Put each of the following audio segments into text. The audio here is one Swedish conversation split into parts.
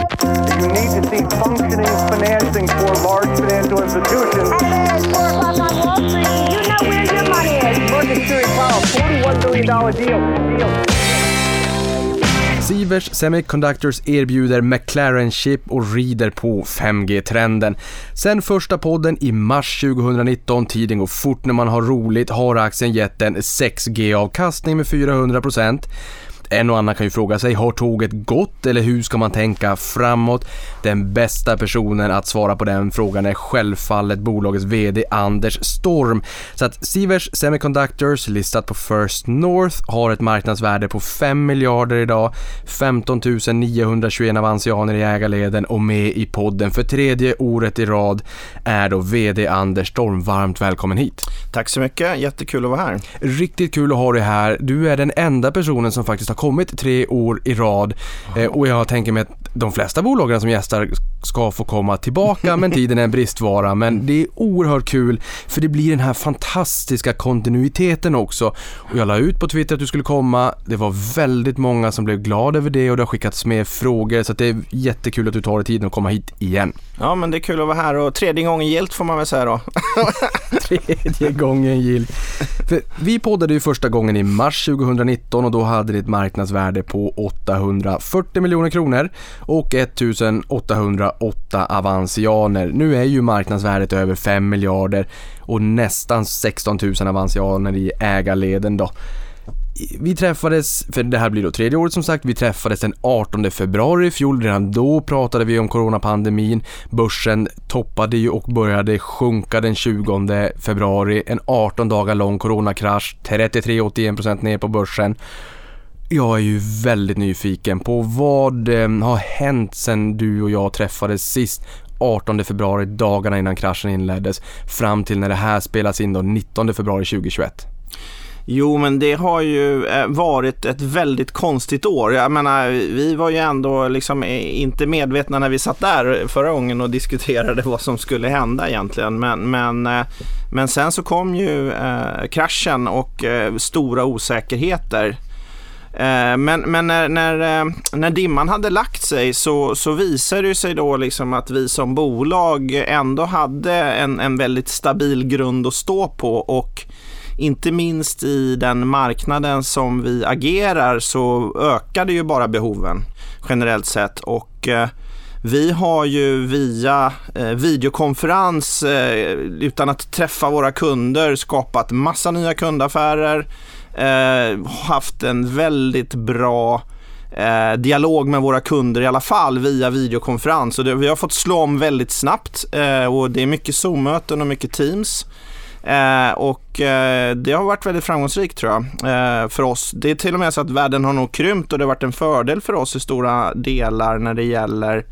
You need to see functioning financing for large financial institutions. At 4 o'clock on Wall Street, you know where your money is. Market Series Powell, $41 billion deal. Sivers Semiconductors erbjuder McLaren-chip och rider på 5G-trenden. Sen första podden i mars 2019, tiden går fort när man har roligt, har aktien gett en 6G-avkastning med 400%. En och annan kan ju fråga sig, har tåget gått eller hur ska man tänka framåt? Den bästa personen att svara på den frågan är självfallet bolagets vd Anders Storm. Så att Sivers Semiconductors, listat på First North, har ett marknadsvärde på 5 miljarder idag, 15 921 avansianer i ägarleden, och med i podden för tredje året i rad är då vd Anders Storm. Varmt välkommen hit. Tack så mycket, jättekul att vara här. Riktigt kul att ha dig här. Du är den enda personen som faktiskt har kommit 3 år i rad, och jag tänker mig att de flesta bolagen som gästar ska få komma tillbaka, men tiden är en bristvara. Men det är oerhört kul för det blir den här fantastiska kontinuiteten också. Och jag la ut på Twitter att du skulle komma. Det var väldigt många som blev glada över det och det har skickats med frågor, så att det är jättekul att du tar dig tiden att komma hit igen. Ja, men det är kul att vara här, och tredje gången gillt får man väl säga då. Tredje gången gillt. För vi poddade ju första gången i mars 2019 och då hade det ett marknadsvärde på 840 miljoner kronor och 1808 avansianer. Nu är ju marknadsvärdet över 5 miljarder och nästan 16 000 avansianer i ägarleden då. Vi träffades, för det här blir då tredje året som sagt, vi träffades den 18 februari i fjol. Redan då pratade vi om coronapandemin. Börsen toppade ju och började sjunka den 20 februari. En 18 dagar lång coronakrasch, 33,81% ner på börsen. Jag är ju väldigt nyfiken på vad har hänt sen du och jag träffades sist 18 februari, dagarna innan kraschen inleddes, fram till när det här spelas in då 19 februari 2021. Jo, men det har ju varit ett väldigt konstigt år. Jag menar, vi var ju ändå liksom inte medvetna när vi satt där förra gången och diskuterade vad som skulle hända egentligen. Men sen så kom ju kraschen och stora osäkerheter. Men när dimman hade lagt sig så visade det sig då liksom att vi som bolag ändå hade en väldigt stabil grund att stå på, och inte minst i den marknaden som vi agerar så ökade ju bara behoven generellt sett, och vi har ju via videokonferens utan att träffa våra kunder skapat massa nya kundaffärer, haft en väldigt bra dialog med våra kunder i alla fall via videokonferens, och vi har fått slå om väldigt snabbt, och det är mycket Zoom-möten och mycket Teams. Och det har varit väldigt framgångsrikt tror jag för oss. Det är till och med så att världen har nog krympt, och det har varit en fördel för oss i stora delar när det gäller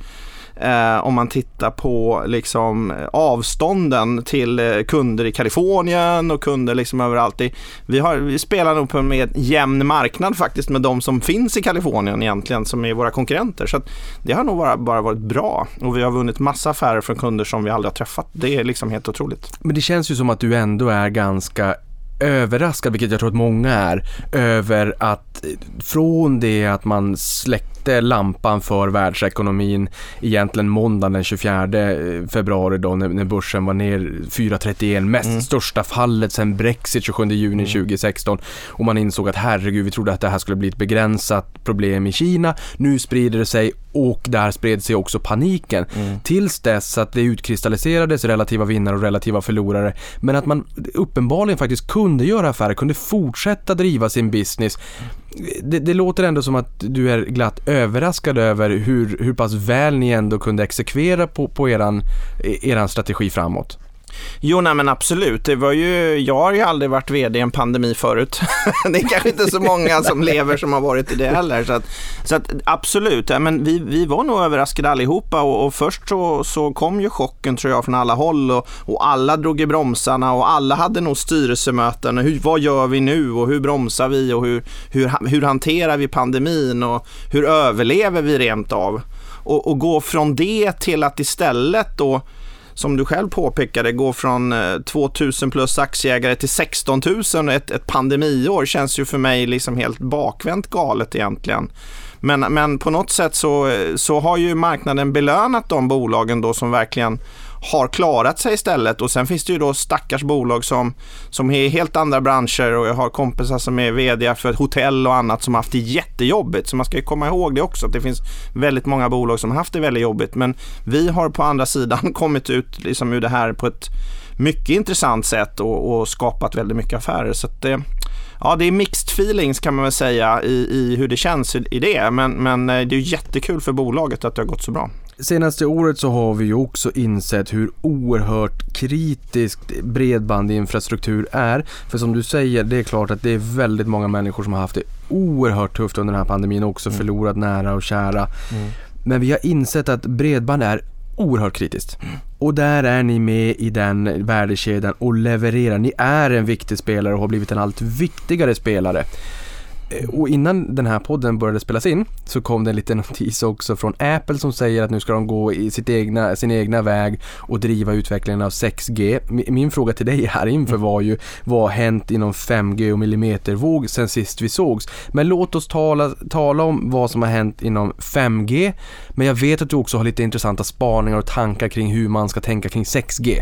om man tittar på liksom avstånden till kunder i Kalifornien och kunder liksom överallt. Vi spelar nog på en mer jämn marknad faktiskt med de som finns i Kalifornien egentligen, som är våra konkurrenter. Så att det har nog bara varit bra, och vi har vunnit massa affärer från kunder som vi aldrig har träffat. Det är liksom helt otroligt. Men det känns ju som att du ändå är ganska överraskad, vilket jag tror att många är, över att från det att man släckte lampan för världsekonomin egentligen måndagen den 24 februari då när börsen var ner 4,31, största fallet sedan Brexit 27 juni 2016, och man insåg att herregud, vi trodde att det här skulle bli ett begränsat problem i Kina, nu sprider det sig, och där spred sig också paniken tills dess att det utkristalliserades relativa vinnare och relativa förlorare, men att man uppenbarligen faktiskt kunde göra affärer, kunde fortsätta driva sin business. Det låter ändå som att du är glatt överraskad över hur pass väl ni ändå kunde exekvera på eran strategi framåt. Jo, nej, men absolut. Det var ju, jag har ju aldrig varit vd i en pandemi förut. Det är kanske inte så många som lever som har varit i det heller. Så att absolut, ja, men vi var nog överraskade allihopa, och först så kom ju chocken tror jag från alla håll, och alla drog i bromsarna, och alla hade nog styrelsemöten. Vad gör vi nu, och hur bromsar vi, och hur hanterar vi pandemin, och hur överlever vi rent av? Och gå från det till att istället då, som du själv påpekade, gå från 2000 plus aktieägare till 16 000 ett pandemiår känns ju för mig liksom helt bakvänt galet egentligen. Men på något sätt så har ju marknaden belönat de bolagen då som verkligen har klarat sig istället, och sen finns det ju då stackars bolag som är i helt andra branscher, och jag har kompisar som är vd för ett hotell och annat som har haft det jättejobbigt, så man ska ju komma ihåg det också, att det finns väldigt många bolag som har haft det väldigt jobbigt, men vi har på andra sidan kommit ut liksom ur det här på ett mycket intressant sätt och skapat väldigt mycket affärer, så att det är mixed feelings kan man väl säga i hur det känns i det, men det är ju jättekul för bolaget att det har gått så bra. Senaste året så har vi ju också insett hur oerhört kritiskt bredbandinfrastruktur är. För som du säger, det är klart att det är väldigt många människor som har haft det oerhört tufft under den här pandemin och också förlorat nära och kära. Men vi har insett att bredband är oerhört kritiskt. Och där är ni med i den värdekedjan och levererar. Ni är en viktig spelare och har blivit en allt viktigare spelare. Och innan den här podden började spelas in så kom det en liten notis också från Apple som säger att nu ska de gå i sin egna väg och driva utvecklingen av 6G. Min fråga till dig här inför var ju vad har hänt inom 5G och millimetervåg sen sist vi sågs. Men låt oss tala om vad som har hänt inom 5G. Men jag vet att du också har lite intressanta spaningar och tankar kring hur man ska tänka kring 6G.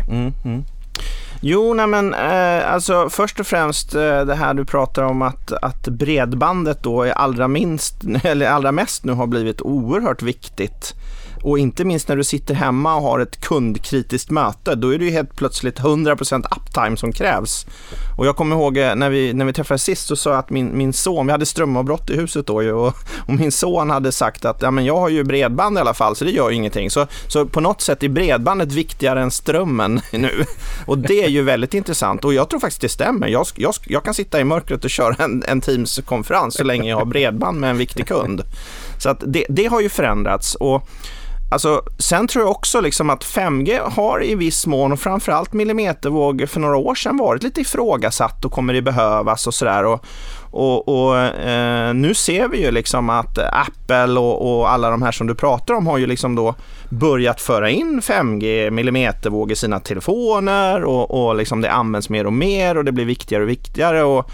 Jo, nej men alltså först och främst det här du pratar om att bredbandet då är allra mest nu har blivit oerhört viktigt. Och inte minst när du sitter hemma och har ett kundkritiskt möte, då är det ju helt plötsligt 100% uptime som krävs. Och jag kommer ihåg när vi träffades sist så sa jag att min son, vi hade strömavbrott i huset då ju, och min son hade sagt att ja, men jag har ju bredband i alla fall så det gör ju ingenting. Så på något sätt är bredbandet viktigare än strömmen nu. Och det är ju väldigt intressant och jag tror faktiskt det stämmer. Jag kan sitta i mörkret och köra en Teams-konferens så länge jag har bredband med en viktig kund. Så att det har ju förändrats. Och alltså, sen tror jag också liksom att 5G har i viss mån och framförallt millimetervåg för några år sedan varit lite ifrågasatt och kommer det behövas och sådär. Och nu ser vi ju liksom att Apple och alla de här som du pratar om har ju liksom då börjat föra in 5G millimetervåg i sina telefoner och liksom det används mer och mer och det blir viktigare och viktigare och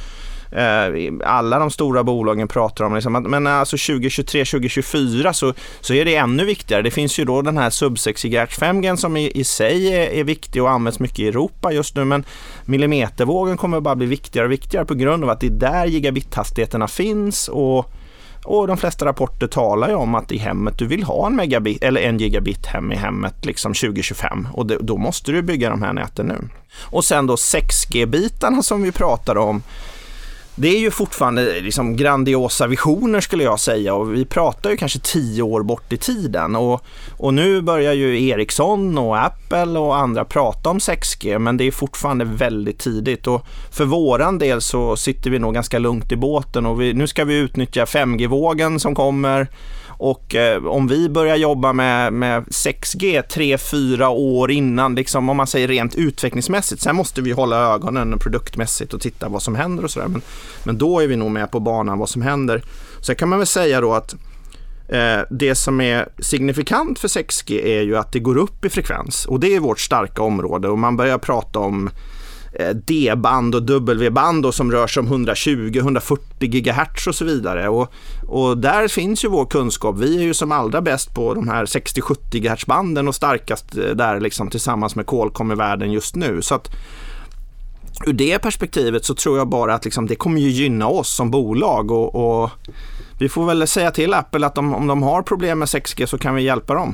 alla de stora bolagen pratar om liksom, men alltså 2023-2024 så är det ännu viktigare. Det finns ju då den här sub-6 GHz 5G som i sig är viktig och används mycket i Europa just nu, men millimetervågen kommer bara bli viktigare och viktigare på grund av att det är där gigabit-hastigheterna finns och de flesta rapporter talar ju om att i hemmet du vill ha en megabit eller en gigabit hem i hemmet liksom 2025 och då måste du bygga de här näten nu. Och sen då 6G-bitarna som vi pratar om, det är ju fortfarande liksom grandiosa visioner skulle jag säga och vi pratar ju kanske 10 år bort i tiden och nu börjar ju Ericsson och Apple och andra prata om 6G men det är fortfarande väldigt tidigt och för våran del så sitter vi nog ganska lugnt i båten och nu ska vi utnyttja 5G-vågen som kommer och om vi börjar jobba med 6G 3-4 år innan, liksom, om man säger rent utvecklingsmässigt, sen måste vi hålla ögonen produktmässigt och titta vad som händer och sådär, men då är vi nog med på banan vad som händer. Så kan man väl säga då att det som är signifikant för 6G är ju att det går upp i frekvens och det är vårt starka område och man börjar prata om D-band och W-band och som rör sig om 120-140 GHz och så vidare och där finns ju vår kunskap. Vi är ju som allra bäst på de här 60-70 GHz-banden och starkast där liksom tillsammans med Qualcomm i världen just nu. Så att ur det perspektivet så tror jag bara att liksom, det kommer ju gynna oss som bolag och vi får väl säga till Apple att om de har problem med 6G så kan vi hjälpa dem.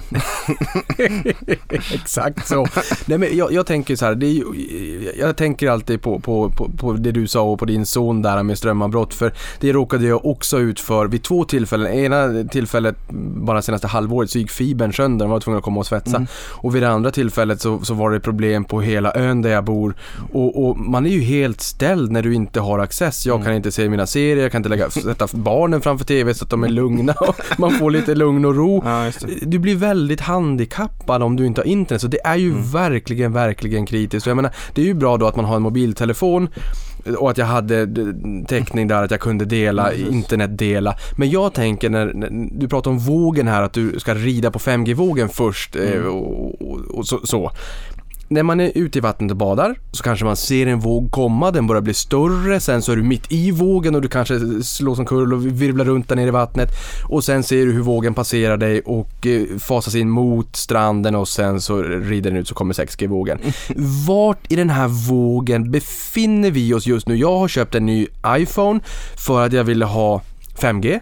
Exakt så. Nej, men jag tänker så här, jag tänker alltid på det du sa och på din son där med strömavbrott, för det råkade jag också ut för vid 2 tillfällen. Ena tillfället bara senaste halvåret så gick fibern sönder, de var tvungna att komma och svetsa. Och vid det andra tillfället så var det problem på hela ön där jag bor och man är ju helt ställd när du inte har access. Jag kan inte se mina serier, jag kan inte sätta barnen framför TV så att de är lugna och man får lite lugn och ro. Ja, du blir väldigt handikappad om du inte har internet, så det är ju verkligen kritiskt. Så jag menar, det är ju bra då att man har en mobiltelefon och att jag hade täckning där att jag kunde dela, internet dela. Men jag tänker när du pratar om vågen här, att du ska rida på 5G-vågen först och så. när man är ute i vattnet och badar så kanske man ser en våg komma, den börjar bli större, sen så är du mitt i vågen och du kanske slår som kurl och virvlar runt där nere i vattnet och sen ser du hur vågen passerar dig och fasas in mot stranden och sen så rider den ut så kommer 6G-vågen. Vart i den här vågen befinner vi oss just nu? Jag har köpt en ny iPhone för att jag ville ha 5G.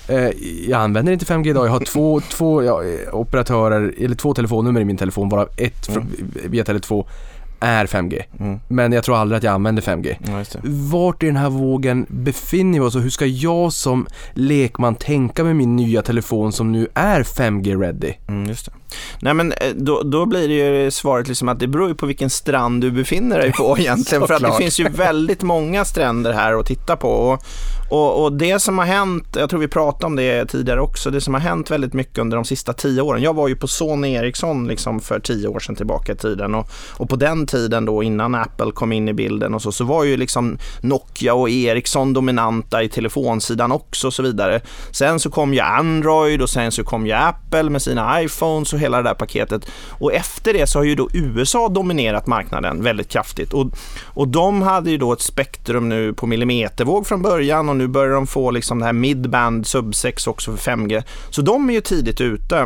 Jag använder inte 5G idag. Jag har två operatörer eller 2 telefonnummer i min telefon, varav ett via Tele2 är 5G. Men jag tror aldrig att jag använder 5G. Ja, just det. Vart i den här vågen befinner vi oss och hur ska jag som lekman tänka med min nya telefon som nu är 5G-ready? Just det. Nej, men då blir det ju svaret liksom att det beror ju på vilken strand du befinner dig på egentligen. För att det finns ju väldigt många stränder här att titta på. Och det som har hänt, jag tror vi pratade om det tidigare också, det som har hänt väldigt mycket under de sista 10 åren. Jag var ju på Sony Ericsson liksom för 10 år sedan tillbaka i tiden och på den tiden då innan Apple kom in i bilden och så var ju liksom Nokia och Ericsson dominanta i telefonsidan också och så vidare. Sen så kom ju Android och sen så kom ju Apple med sina iPhones och hela det där paketet. Och efter det så har ju då USA dominerat marknaden väldigt kraftigt. Och de hade ju då ett spektrum nu på millimetervåg från början och nu börjar de få liksom det här midband sub 6 också för 5G. Så de är ju tidigt ute.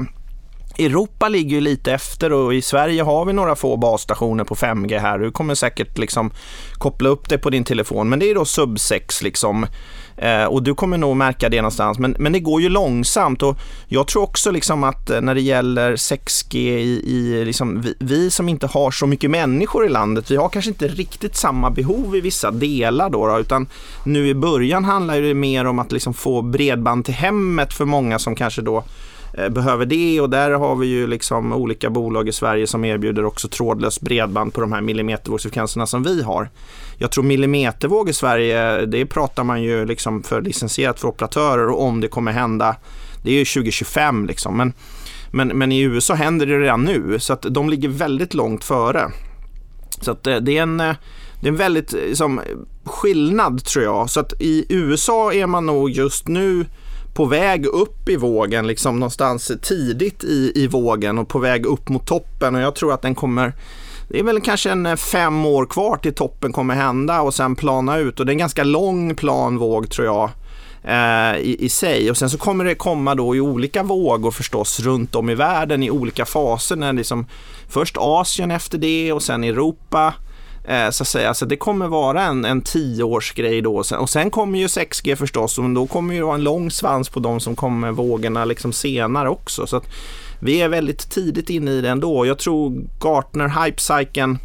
Europa ligger ju lite efter och i Sverige har vi några få basstationer på 5G här. Du kommer säkert liksom koppla upp det på din telefon, men det är då sub 6 liksom. Och du kommer nog märka det någonstans, men det går ju långsamt och jag tror också liksom att när det gäller 6G i liksom, vi som inte har så mycket människor i landet, vi har kanske inte riktigt samma behov i vissa delar då, utan nu i början handlar det mer om att liksom få bredband till hemmet för många som kanske då behöver det, och där har vi ju liksom olika bolag i Sverige som erbjuder också trådlös bredband på de här millimetervågsfrekvenserna som vi har. Jag tror millimetervåg i Sverige, det pratar man ju liksom för licensierat för operatörer, och om det kommer hända, det är ju 2025 liksom, men i USA händer det redan nu, så att de ligger väldigt långt före. Så att det är en väldigt liksom, skillnad tror jag. Så att i USA är man nog just nu på väg upp i vågen, liksom någonstans tidigt i vågen och på väg upp mot toppen, och jag tror att den kommer, det är väl kanske en 5 år kvar till toppen kommer hända och sen plana ut, och det är en ganska lång planvåg tror jag i sig, och sen så kommer det komma då i olika vågor förstås runt om i världen i olika faser, när liksom först Asien efter det och sen Europa. Så att säga, så det kommer vara en 10-årsgrej då, och sen kommer ju 6G förstås, och då kommer ju vara en lång svans på de som kommer vågorna liksom senare också, så att vi är väldigt tidigt inne i det ändå. Jag tror Gartner hype-cykeln,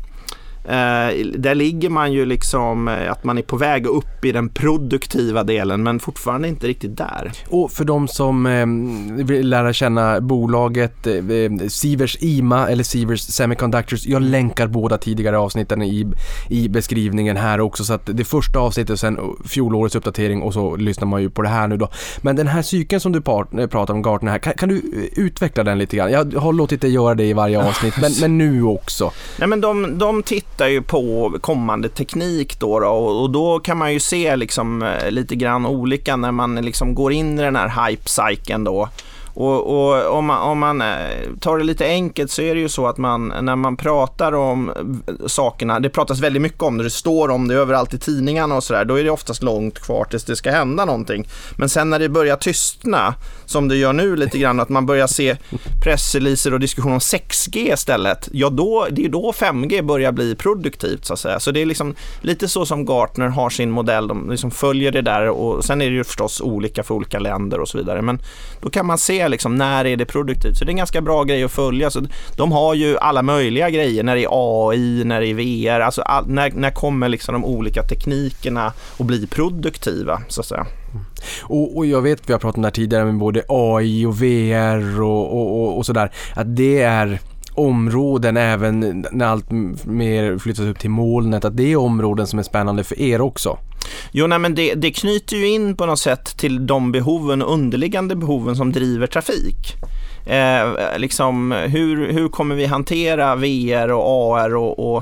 där ligger man ju liksom att man är på väg upp i den produktiva delen, men fortfarande inte riktigt där. Och för de som vill lära känna bolaget Sivers IMA eller Sivers Semiconductors, jag länkar båda tidigare avsnitten i beskrivningen här också, så att det första avsnittet och sen fjolårets uppdatering, och så lyssnar man ju på det här nu då. Men den här cykeln som du pratar om, Gartner här, kan du utveckla den lite grann? Jag har låtit dig göra det i varje avsnitt, men nu också. Nej, men de tittar ju på kommande teknik då, och då kan man ju se liksom lite grann olika när man liksom går in i den här hype-cykeln då. Och om man tar det lite enkelt, så är det ju så att när man pratar om sakerna, det pratas väldigt mycket om det står om det överallt i tidningarna och sådär, då är det oftast långt kvar tills det ska hända någonting. Men sen när det börjar tystna, som det gör nu lite grann, att man börjar se pressreleaser och diskussion om 6G istället, ja det är då 5G börjar bli produktivt så att säga. Så det är liksom lite så som Gartner har sin modell, de liksom följer det där, och sen är det ju förstås olika för olika länder och så vidare, men då kan man se liksom när är det produktivt. Så det är en ganska bra grej att följa. Så de har ju alla möjliga grejer, när det är AI, när det är VR, alltså när kommer liksom de olika teknikerna att bli produktiva så att säga. Och jag vet, vi har pratat om det här tidigare med både AI och VR och sådär, att det är områden, även när allt mer flyttas upp till molnet, att det är områden som är spännande för er också. Jo, nej, men det knyter ju in på något sätt till de behoven, underliggande behoven som driver trafik. Liksom, hur kommer vi hantera VR och AR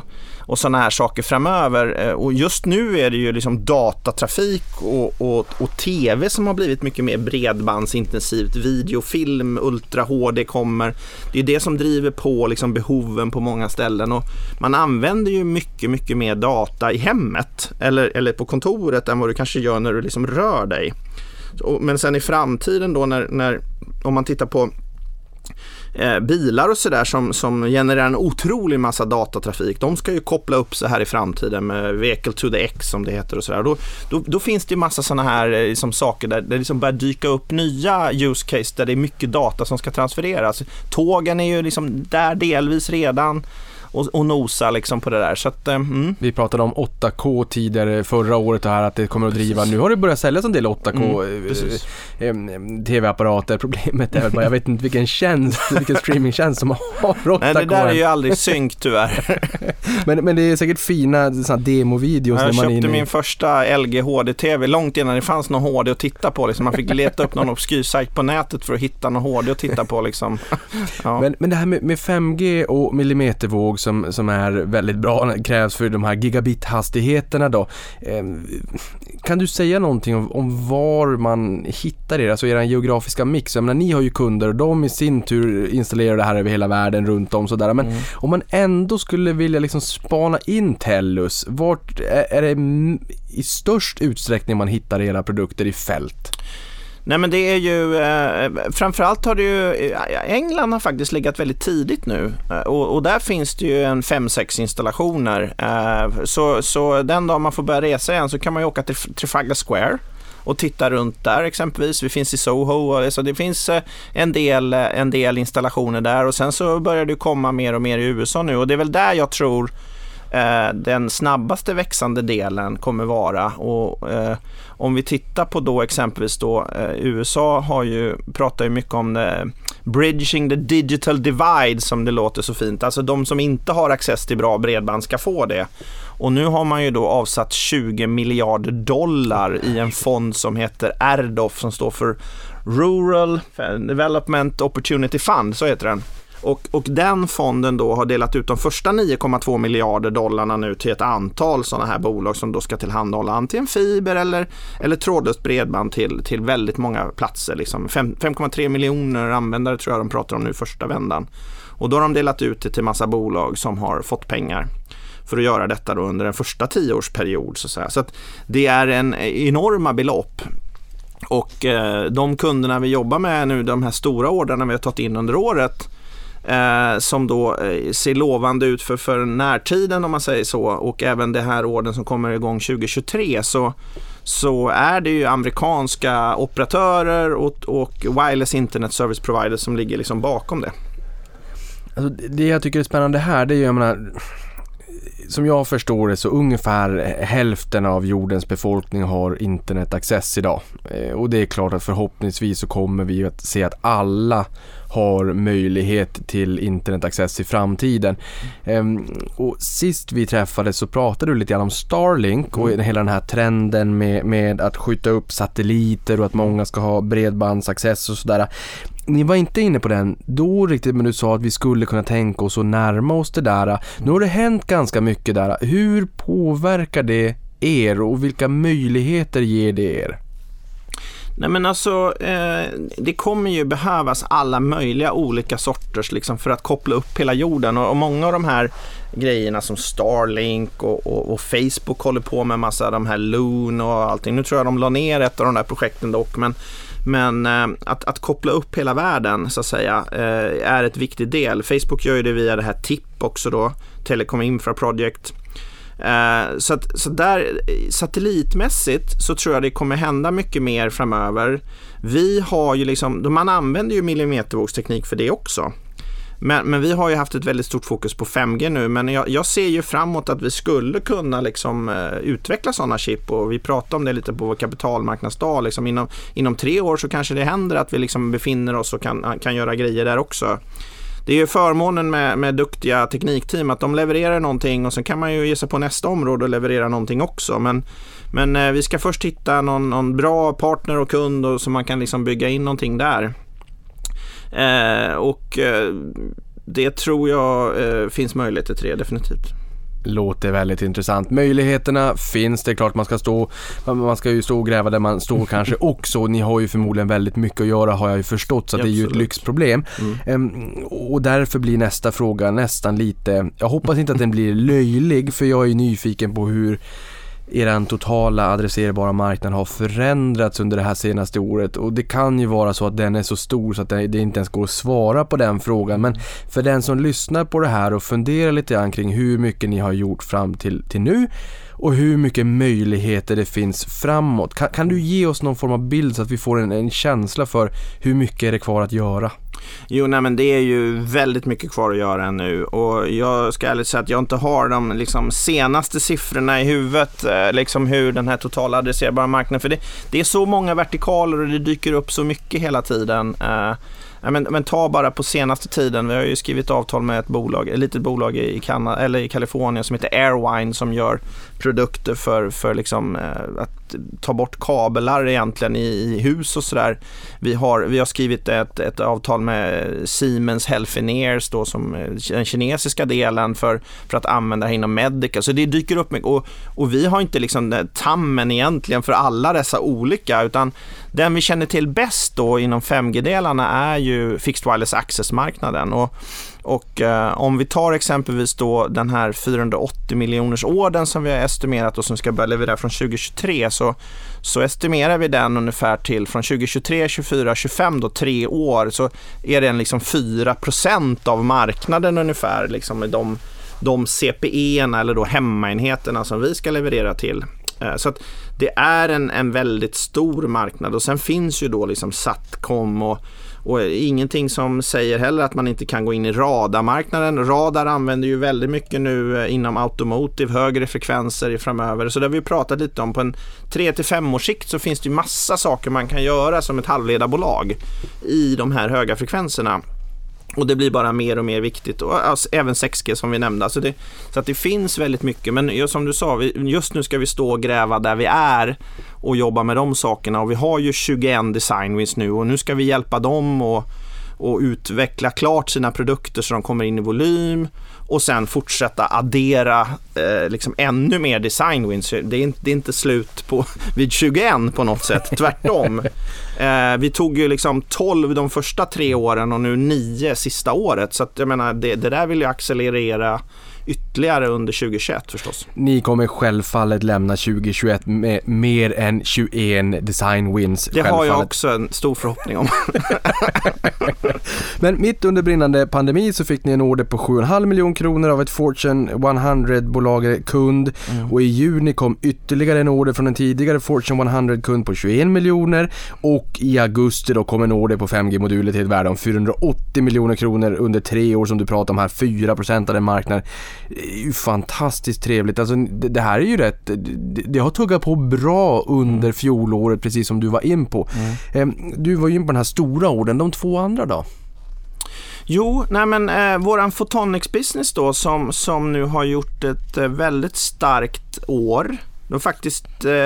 och sådana här saker framöver. Och just nu är det ju liksom datatrafik och tv som har blivit mycket mer bredbandsintensivt. Videofilm, Ultra HD kommer. Det är det som driver på liksom behoven på många ställen, och man använder ju mycket, mycket mer data i hemmet eller på kontoret än vad du kanske gör när du liksom rör dig. Men sen i framtiden då när om man tittar på bilar och sådär som genererar en otrolig massa datatrafik, de ska ju koppla upp så här i framtiden med Vehicle to the X som det heter och sådär. Då finns det ju massa sådana här liksom saker där det liksom börjar dyka upp nya use case där det är mycket data som ska transfereras. Tågen är ju liksom där delvis redan och nosa liksom på det där. Så att, Vi pratade om 8K tidigare förra året här, att det kommer att driva. Nu har det börjat säljas en del 8K tv-apparater. Problemet är väl jag vet inte vilken streamingtjänst som har 8K. Nej, det där är ju aldrig synk tyvärr. men det är säkert fina demovideos. Jag köpte min första LG HD-TV långt innan det fanns någon HD att titta på. Liksom. Man fick leta upp någon obskyr sajt på nätet för att hitta någon HD att titta på. Liksom. Ja. Men det här med 5G och millimetervåg som är väldigt bra, krävs för de här gigabit-hastigheterna då. Kan du säga någonting om var man hittar er, alltså er geografiska mix? Jag menar, ni har ju kunder och de i sin tur installerar det här över hela världen runt om sådär. Men om man ändå skulle vilja liksom spana in Tellus, vart är det i störst utsträckning man hittar era produkter i fält? Nej, men det är ju framförallt har det ju England har faktiskt legat väldigt tidigt nu, och där finns det ju en 5-6 installationer, så den dag man får börja resa igen så kan man ju åka till Trafalgar Square och titta runt där exempelvis. Vi finns i Soho, så det finns en del installationer där, och sen så börjar det komma mer och mer i USA nu, och det är väl där jag tror den snabbaste växande delen kommer vara. Och om vi tittar på då exempelvis då USA pratar ju mycket om bridging the digital divide, som det låter så fint. Alltså de som inte har access till bra bredband ska få det. Och nu har man ju då avsatt $20 miljarder i en fond som heter RDOF, som står för Rural Development Opportunity Fund, så heter den. Och den fonden då har delat ut de första $9,2 miljarder nu till ett antal sådana här bolag som då ska tillhandahålla antingen fiber eller trådlöst bredband till väldigt många platser. Liksom 5,3 miljoner användare tror jag de pratar om nu första vändan. Och då har de delat ut det till massa bolag som har fått pengar för att göra detta då under en första 10-årsperiod. Så att det är en enorma belopp. Och de kunderna vi jobbar med nu, de här stora orderna vi har tagit in under året, som då ser lovande ut för närtiden om man säger så, och även det här orden som kommer igång 2023, så är det ju amerikanska operatörer och wireless internet service providers som ligger liksom bakom det. Alltså det jag tycker är spännande här, det är ju, jag menar, som jag förstår det så ungefär hälften av jordens befolkning har internetaccess idag. Och det är klart att förhoppningsvis så kommer vi att se att alla har möjlighet till internetaccess i framtiden. Och sist vi träffades så pratade du lite grann om Starlink och hela den här trenden med att skjuta upp satelliter och att många ska ha bredbandsaccess och sådär. Ni var inte inne på den då riktigt, men du sa att vi skulle kunna tänka oss och närma oss det där. Nu har det hänt ganska mycket där. Hur påverkar det er och vilka möjligheter ger det er? Nej, men alltså det kommer ju behövas alla möjliga olika sorters liksom, för att koppla upp hela jorden, och många av de här grejerna som Starlink och Facebook håller på med, massa de här Loon och allting. Nu tror jag de la ner ett av de där projekten dock, men att koppla upp hela världen så att säga är ett viktigt del. Facebook gör ju det via det här TIP också då, Telecom Infra Project. Så där satellitmässigt så tror jag det kommer hända mycket mer framöver. Vi har ju liksom, man använder ju millimetervågsteknik för det också. Men vi har ju haft ett väldigt stort fokus på 5G nu, men jag ser ju framåt att vi skulle kunna liksom utveckla sådana chip, och vi pratar om det lite på vår kapitalmarknadsdag. Liksom inom 3 år så kanske det händer att vi liksom befinner oss och kan göra grejer där också. Det är ju förmånen med duktiga teknikteam att de levererar någonting och sen kan man ju ge sig på nästa område och leverera någonting också. Men vi ska först hitta någon bra partner och kund och så man kan liksom bygga in någonting där. Och det tror jag finns möjligheter till det, definitivt. Låter väldigt intressant. Möjligheterna finns, det är klart man ska ju stå och gräva där man står kanske också. Ni har ju förmodligen väldigt mycket att göra, har jag ju förstått, så det är ju ett lyxproblem. Och därför blir nästa fråga nästan lite, jag hoppas inte att den blir löjlig, för jag är nyfiken på hur er totala adresserbara marknad har förändrats under det här senaste året, och det kan ju vara så att den är så stor så att det inte ens går att svara på den frågan, men för den som lyssnar på det här och funderar lite grann kring hur mycket ni har gjort fram till nu och hur mycket möjligheter det finns framåt, kan du ge oss någon form av bild så att vi får en känsla för hur mycket är det kvar att göra? Jo, nej, men det är ju väldigt mycket kvar att göra nu, och jag ska ärligt säga att jag inte har de liksom senaste siffrorna i huvudet, liksom hur den här totala adresserbara marknaden, för det är så många vertikaler och det dyker upp så mycket hela tiden. Men ta bara på senaste tiden, vi har ju skrivit avtal med ett litet bolag i Kanada, eller i Kalifornien, som heter Airwine, som gör produkter för liksom, att ta bort kablar egentligen i hus och sådär. Vi har skrivit ett avtal med Siemens Healthineers då, som den kinesiska delen för att använda inom medical. Så det dyker upp mycket, och vi har inte liksom tammen egentligen för alla dessa olika, utan den vi känner till bäst då inom 5G-delarna är ju Fixed Wireless Access-marknaden. Och om vi tar exempelvis då den här 480 miljoners orden som vi har estimerat och som ska börja leverera från 2023, så estimerar vi den ungefär till från 2023, 24, 25 då 3 år, så är det en liksom 4% av marknaden ungefär, liksom i de CPE-erna eller då hemmaenheterna som vi ska leverera till. Så att det är en väldigt stor marknad, och sen finns ju då liksom Satcom och ingenting som säger heller att man inte kan gå in i radarmarknaden. Radar använder ju väldigt mycket nu inom automotive, högre frekvenser framöver. Så det har vi pratat lite om. På en 3-5 års sikt så finns det ju massa saker man kan göra som ett halvledarbolag i de här höga frekvenserna. Och det blir bara mer och mer viktigt, och alltså, även 6G som vi nämnde. Så att det finns väldigt mycket, men som du sa, just nu ska vi stå och gräva där vi är och jobba med de sakerna, och vi har ju 21 design wins nu, och nu ska vi hjälpa dem och utveckla klart sina produkter så de kommer in i volym, och sen fortsätta addera liksom ännu mer design wins. Det är inte slut vid 21 på något sätt, tvärtom. Vi tog ju liksom 12 de första 3 åren och nu 9 sista året, så att jag menar, det där vill jag accelerera ytterligare under 2021 förstås. Ni kommer självfallet lämna 2021 med mer än 21 design wins. Det har jag också en stor förhoppning om. Men mitt under brinnande pandemi så fick ni en order på 7,5 miljoner kronor av ett Fortune 100-bolag kund, och i juni kom ytterligare en order från en tidigare Fortune 100-kund på 21 miljoner, och i augusti då kom en order på 5G-moduler till ett värde om 480 miljoner kronor under 3 år, som du pratar om här, 4% av den marknaden. Det är ju fantastiskt trevligt. Alltså, det här är ju rätt, det har tuggat på bra under fjolåret, precis som du var in på. Du var ju in på den här stora orden, de 2 andra då? Jo, nej men våran photonics business då, som nu har gjort ett väldigt starkt år. De faktiskt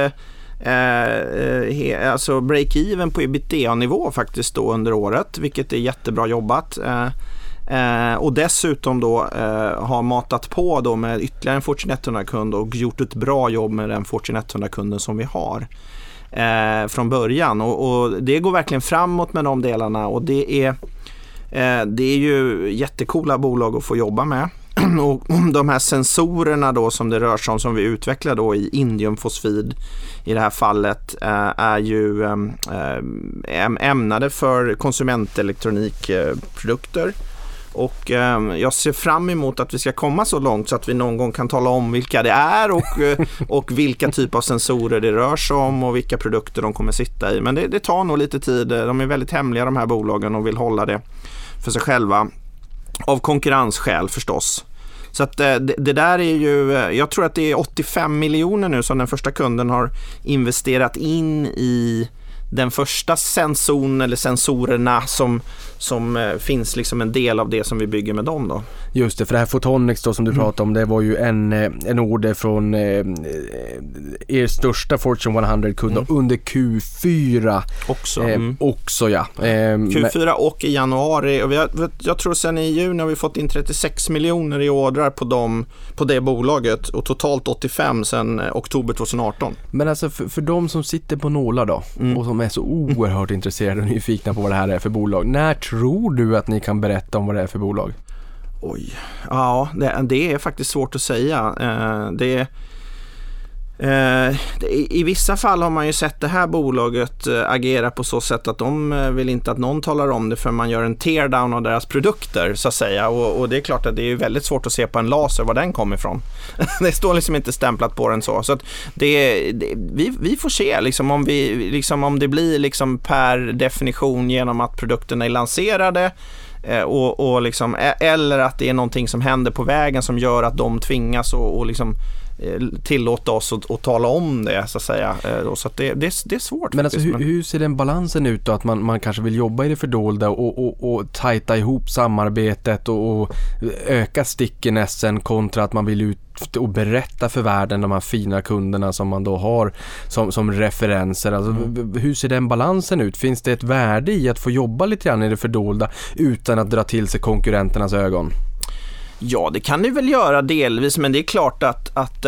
alltså break-even på EBITDA-nivå faktiskt då under året, vilket är jättebra jobbat. Och dessutom då har matat på då med ytterligare en Fortune 100-kund och gjort ett bra jobb med den Fortune 100-kunden som vi har från början. Och det går verkligen framåt med de delarna, och det är ju jättekola bolag att få jobba med. Och de här sensorerna då som det rör sig om, som vi utvecklar då i indiumfosfid i det här fallet, är ju ämnade för konsumentelektronikprodukter. Och jag ser fram emot att vi ska komma så långt så att vi någon gång kan tala om vilka det är och vilka typer av sensorer det rör sig om och vilka produkter de kommer sitta i. Men det tar nog lite tid. De är väldigt hemliga, de här bolagen, och vill hålla det för sig själva. Av konkurrensskäl förstås. Så att det där är ju, jag tror att det är 85 miljoner nu som den första kunden har investerat in i den första sensorn eller sensorerna som finns liksom en del av det som vi bygger med dem då. Just det, för det här Photonics då som du pratade om, det var ju en order från er största Fortune 100-kund under Q4 också ja. Q4 och i januari, och jag tror sen i juni har vi fått in 36 miljoner i ordrar på det bolaget och totalt 85 sen oktober 2018. Men alltså för de som sitter på nålar då och som är så oerhört intresserade och nyfikna på vad det här är för bolag, när tror du att ni kan berätta om vad det är för bolag? Oj, ja det är faktiskt svårt att säga. I vissa fall har man ju sett det här bolaget agera på så sätt att de vill inte att någon talar om det för man gör en teardown av deras produkter så att säga, och det är klart att det är väldigt svårt att se på en laser var den kommer ifrån. Det står liksom inte stämplat på den så att vi får se liksom om det blir liksom per definition genom att produkterna är lanserade och liksom, eller att det är någonting som händer på vägen som gör att de tvingas och liksom tillåta oss att tala om det så att säga. Så att det är svårt. Men alltså, hur ser den balansen ut då? Att man kanske vill jobba i det fördolda och tajta ihop samarbetet och öka stickinessen kontra att man vill ut och berätta för världen de här fina kunderna som man då har som referenser. Alltså, hur ser den balansen ut? Finns det ett värde i att få jobba lite grann i det fördolda utan att dra till sig konkurrenternas ögon? Ja, det kan ni väl göra delvis, men det är klart att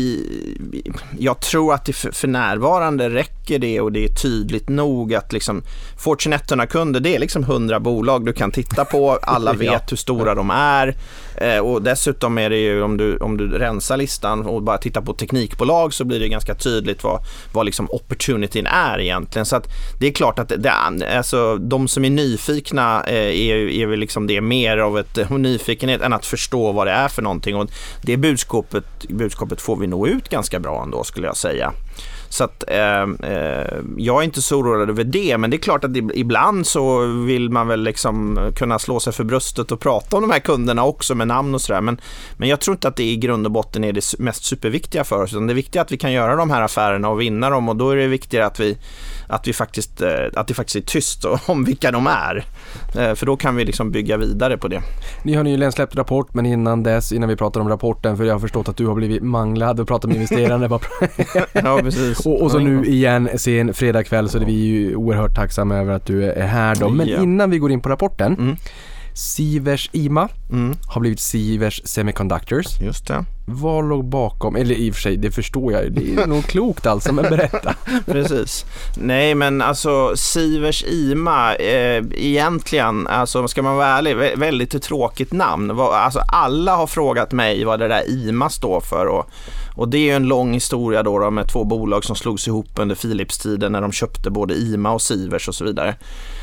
jag tror att det för närvarande räcker det och det är tydligt nog att liksom Fortune 100-kunder, det är liksom 100 bolag du kan titta på, alla vet hur stora de är, och dessutom är det ju om du rensar listan och bara tittar på teknikbolag så blir det ganska tydligt vad liksom opportunityn är egentligen, så att det är klart att alltså, de som är nyfikna är väl liksom det mer av ett nyfikenhet än att förstå vad det är för någonting, och det budskapet får vi nå ut ganska bra ändå skulle jag säga. Så att jag är inte så orolig över det, men det är klart att ibland så vill man väl liksom kunna slå sig för bröstet och prata om de här kunderna också med namn och sådär, men jag tror inte att det i grund och botten är det mest superviktiga för oss, utan det är viktigt att vi kan göra de här affärerna och vinna dem, och då är det viktigare att det faktiskt är tyst om vilka de är, för då kan vi liksom bygga vidare på det. Ni har nyligen släppt rapport, men innan vi pratar om rapporten, för jag har förstått att du har blivit manglad och pratat med investerarna. Ja, precis. Och så nu igen sen fredag kväll, så är vi ju oerhört tacksamma över att du är här då. Men innan vi går in på rapporten, Sivers IMA har blivit Sivers Semiconductors. Just det. Vad låg bakom? Eller i och för sig, det förstår jag. Det är nog klokt alltså, men berätta. Precis. Nej, men alltså Sivers IMA egentligen, alltså ska man vara ärlig, väldigt tråkigt namn. Alltså alla har frågat mig vad det där IMA står för, och det är ju en lång historia då med två bolag som slogs ihop under Philips-tiden när de köpte både IMA och Sivers och så vidare.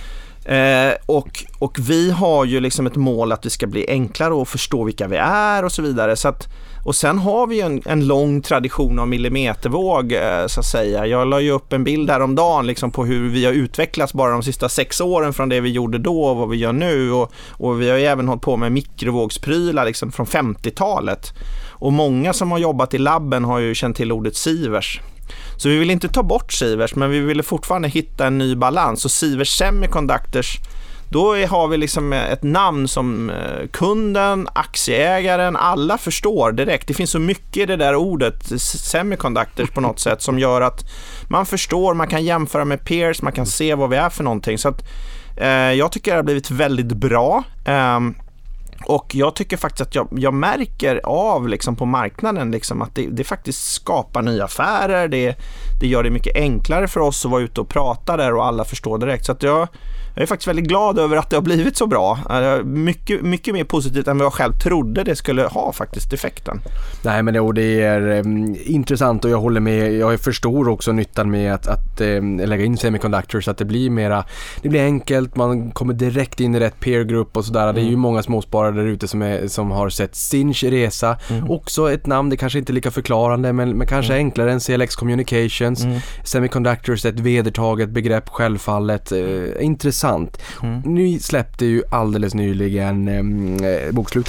Och vi har ju liksom ett mål att det ska bli enklare att förstå vilka vi är och så vidare, så att, och sen har vi en lång tradition av millimetervåg så att säga. Jag la ju upp en bild häromdagen liksom på hur vi har utvecklats bara de sista 6 åren från det vi gjorde då och vad vi gör nu, och vi har ju även hållit på med mikrovågsprylar liksom från 50-talet, och många som har jobbat i labben har ju känt till ordet Sivers. Så vi vill inte ta bort Sivers, men vi ville fortfarande hitta en ny balans. Och Sivers Semiconductors, då har vi liksom ett namn som kunden, aktieägaren, alla förstår direkt. Det finns så mycket i det där ordet Semiconductors på något sätt som gör att man förstår, man kan jämföra med peers, man kan se vad vi är för någonting. Så att jag tycker det har blivit väldigt bra. Och jag tycker faktiskt att jag märker av liksom på marknaden liksom att det faktiskt skapar nya affärer, det gör det mycket enklare för oss att vara ute och prata där och alla förstår direkt. Så att jag är faktiskt väldigt glad över att det har blivit så bra. Mycket, mycket mer positivt än vad jag själv trodde det skulle ha faktiskt effekten. Nej, men det är intressant, och jag håller med. Jag förstår också nyttan med att lägga in semiconductors, så att det blir enkelt, man kommer direkt in i rätt peergrupp och sådär. Det är ju många småsparare där ute som har sett Sinch resa. Också ett namn, det kanske inte är lika förklarande, men kanske enklare än CLX Communications. Semiconductors är ett vedertaget begrepp, självfallet. Intressant. Ni släppte ju alldeles nyligen bokslutet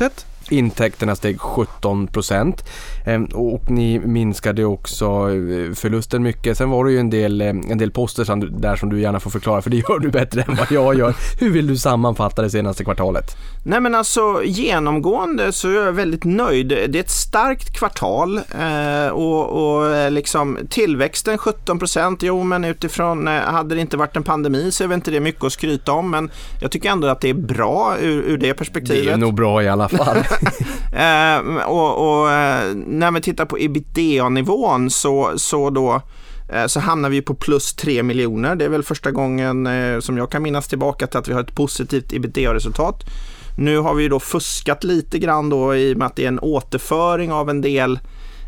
Intäkterna steg 17%, och ni minskade också förlusten mycket. Sen var det ju en del poster där som du gärna får förklara, för det gör du bättre än vad jag gör. Hur vill du sammanfatta det senaste kvartalet? Nej, men alltså genomgående så är jag väldigt nöjd. Det är ett starkt kvartal och liksom tillväxten 17%. Jo, men utifrån hade det inte varit en pandemi så är väl inte det mycket att skryta om, men jag tycker ändå att det är bra ur det perspektivet. Det är nog bra i alla fall. och när vi tittar på EBITDA-nivån så hamnar vi på plus 3 miljoner. Det är väl första gången som jag kan minnas tillbaka till att vi har ett positivt EBITDA-resultat. Nu har vi då fuskat lite grann då i och med att det är en återföring av en del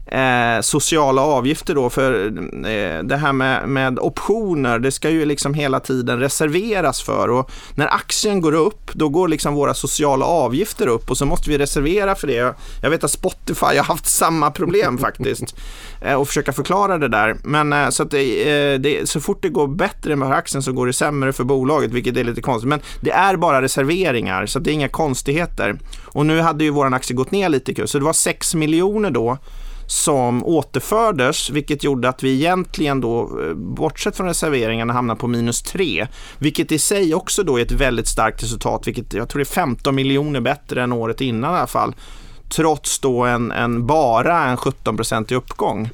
sociala avgifter då, för det här med optioner, det ska ju liksom hela tiden reserveras för, och när aktien går upp då går liksom våra sociala avgifter upp och så måste vi reservera för det. Jag vet att Spotify har haft samma problem faktiskt och försöka förklara det där, men så att så fort det går bättre med aktien så går det sämre för bolaget, vilket är lite konstigt, men det är bara reserveringar så att det är inga konstigheter. Och nu hade ju våran aktie gått ner lite i kurs, så det var 6 miljoner då som återfördes, vilket gjorde att vi egentligen då, bortsett från reserveringarna, hamnar på minus 3, vilket i sig också då är ett väldigt starkt resultat, vilket jag tror det är 15 miljoner bättre än året innan i alla fall, trots då bara en 17% i uppgång.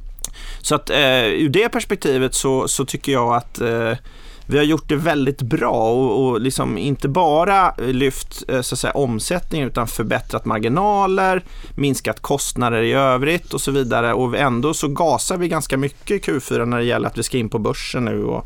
Så att ur det perspektivet så tycker jag att vi har gjort det väldigt bra och liksom inte bara lyft så att säga omsättning, utan förbättrat marginaler, minskat kostnader i övrigt och så vidare, och ändå så gasar vi ganska mycket i Q4 när det gäller att vi ska in på börsen nu och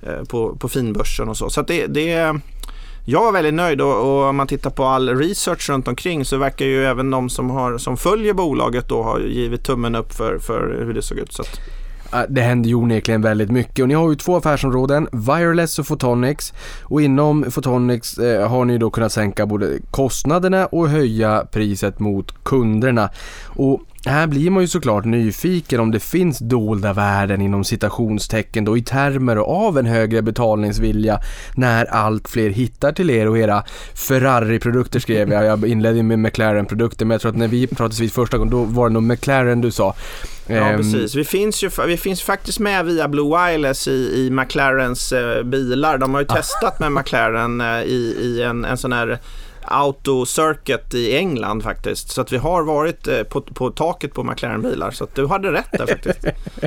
på finbörsen och så. Så att jag är väldigt nöjd, och om man tittar på all research runt omkring så verkar ju även de som följer bolaget då ha givit tummen upp för hur det såg ut. Så att det händer ju onekligen väldigt mycket, och ni har ju 2 affärsområden, Wireless och Photonics, och inom Photonics har ni då kunnat sänka både kostnaderna och höja priset mot kunderna. Och här blir man ju såklart nyfiken om det finns dolda värden inom citationstecken då i termer av en högre betalningsvilja när allt fler hittar till er och era Ferrari-produkter, skrev jag. Jag inledde med McLaren-produkter, men jag tror att när vi pratades vid första gången då var det nog McLaren du sa. Ja, precis. Vi finns faktiskt med via Blue Wireless i McLarens bilar. De har ju testat med McLaren i en sån här Auto Circuit i England faktiskt. Så att vi har varit på taket på McLaren-bilar. Så att du hade rätt där faktiskt.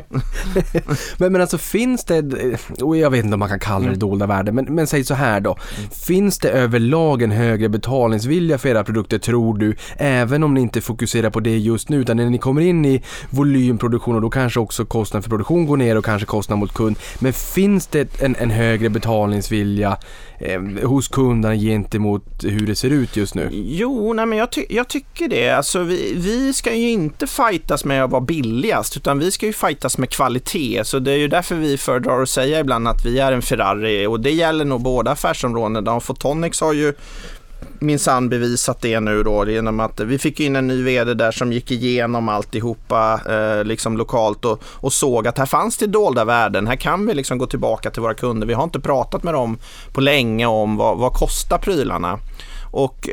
men alltså finns det, och jag vet inte om man kan kalla det dolda värden, men säg så här då. Finns det överlag en högre betalningsvilja för era produkter, tror du, även om ni inte fokuserar på det just nu, utan när ni kommer in i volymproduktion, och då kanske också kostnaden för produktion går ner och kanske kostnaden mot kund, men finns det en högre betalningsvilja hos kunderna gentemot hur det ser ut just nu? Jo, nej, men jag tycker det. Alltså vi ska ju inte fightas med att vara billigast, utan vi ska ju fightas med kvalitet. Så det är ju därför vi föredrar att säga ibland att vi är en Ferrari, och det gäller nog båda affärsområdena. Photonics har ju minsann bevisat det nu då, genom att vi fick in en ny vd där som gick igenom alltihopa liksom lokalt och såg att här fanns det dolda värden. Här kan vi liksom gå tillbaka till våra kunder. Vi har inte pratat med dem på länge om vad kostar prylarna. Och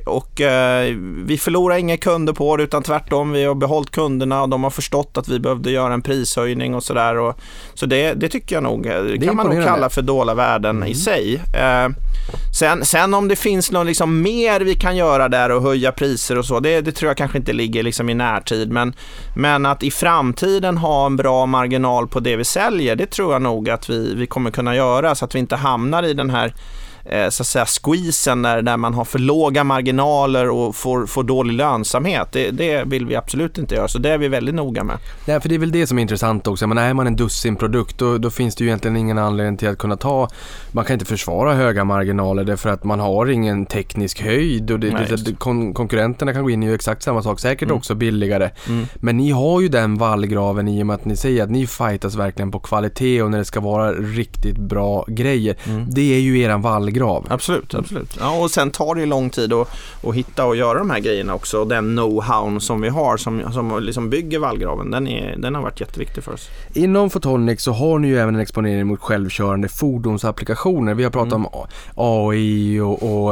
vi förlorar inga kunder på det, utan tvärtom, vi har behållit kunderna och de har förstått att vi behövde göra en prishöjning och sådär. Så det tycker jag nog, det kan man nog kalla för dolda värden i sig. Sen om det finns någon liksom mer vi kan göra där och höja priser och så, det tror jag kanske inte ligger liksom i närtid, men att i framtiden ha en bra marginal på det vi säljer, det tror jag nog att vi kommer kunna göra, så att vi inte hamnar i den här så att säga squeezen där man har för låga marginaler och får dålig lönsamhet. Det vill vi absolut inte göra, så det är vi väldigt noga med. Nej, för det är väl det som är intressant också. Men är man en dussinprodukt då finns det ju egentligen ingen anledning till att kunna man kan inte försvara höga marginaler därför att man har ingen teknisk höjd, och konkurrenterna kan gå in i exakt samma sak, säkert också billigare. Men ni har ju den vallgraven i och med att ni säger att ni fightas verkligen på kvalitet och när det ska vara riktigt bra grejer. Det är ju eran vallgrav. vallgrav. Absolut. Ja, och sen tar det ju lång tid att hitta och göra de här grejerna också. Och den know-how som vi har som liksom bygger vallgraven, den har varit jätteviktig för oss. Inom Photonics så har ni ju även en exponering mot självkörande fordonsapplikationer. Vi har pratat om AI och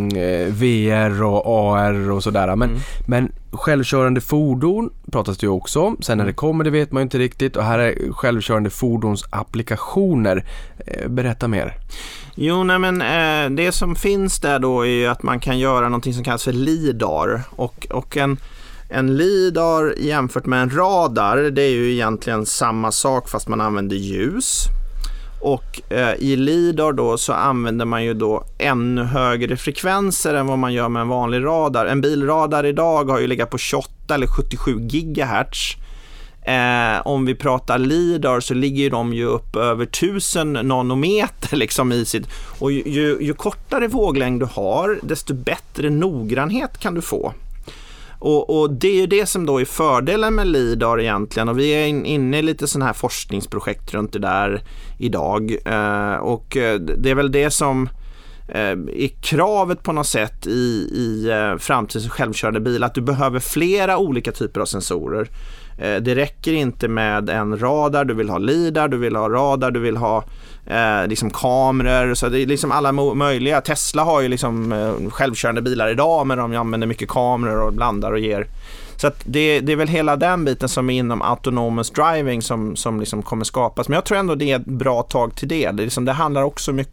VR och AR och sådär. Men självkörande fordon pratas det ju också om. Sen när det kommer, det vet man ju inte riktigt. Och här är självkörande fordonsapplikationer. Berätta mer. Jo, det som finns där då är ju att man kan göra någonting som kallas för LIDAR. Och en LIDAR jämfört med en radar, det är ju egentligen samma sak fast man använder ljus. Och i LIDAR då så använder man ju då ännu högre frekvenser än vad man gör med en vanlig radar. En bilradar idag har ju legat på 28 eller 77 gigahertz. Om vi pratar LIDAR så ligger de ju upp över 1000 nanometer liksom i sitt. Och ju kortare våglängd du har, desto bättre noggrannhet kan du få. Och det är ju det som då är fördelen med LIDAR egentligen, och vi är inne i lite sådana här forskningsprojekt runt det där idag, och det är väl det som är kravet på något sätt i framtidens självkörande bil, att du behöver flera olika typer av sensorer. Det räcker inte med en radar, du vill ha LIDAR, du vill ha radar, du vill ha liksom kameror, så det är liksom alla möjliga. Tesla har ju liksom självkörande bilar idag, men de använder mycket kameror och blandar och ger. Så att det är väl hela den biten som är inom autonomous driving som liksom kommer skapas. Men jag tror ändå det är ett bra tag till det. Det handlar också mycket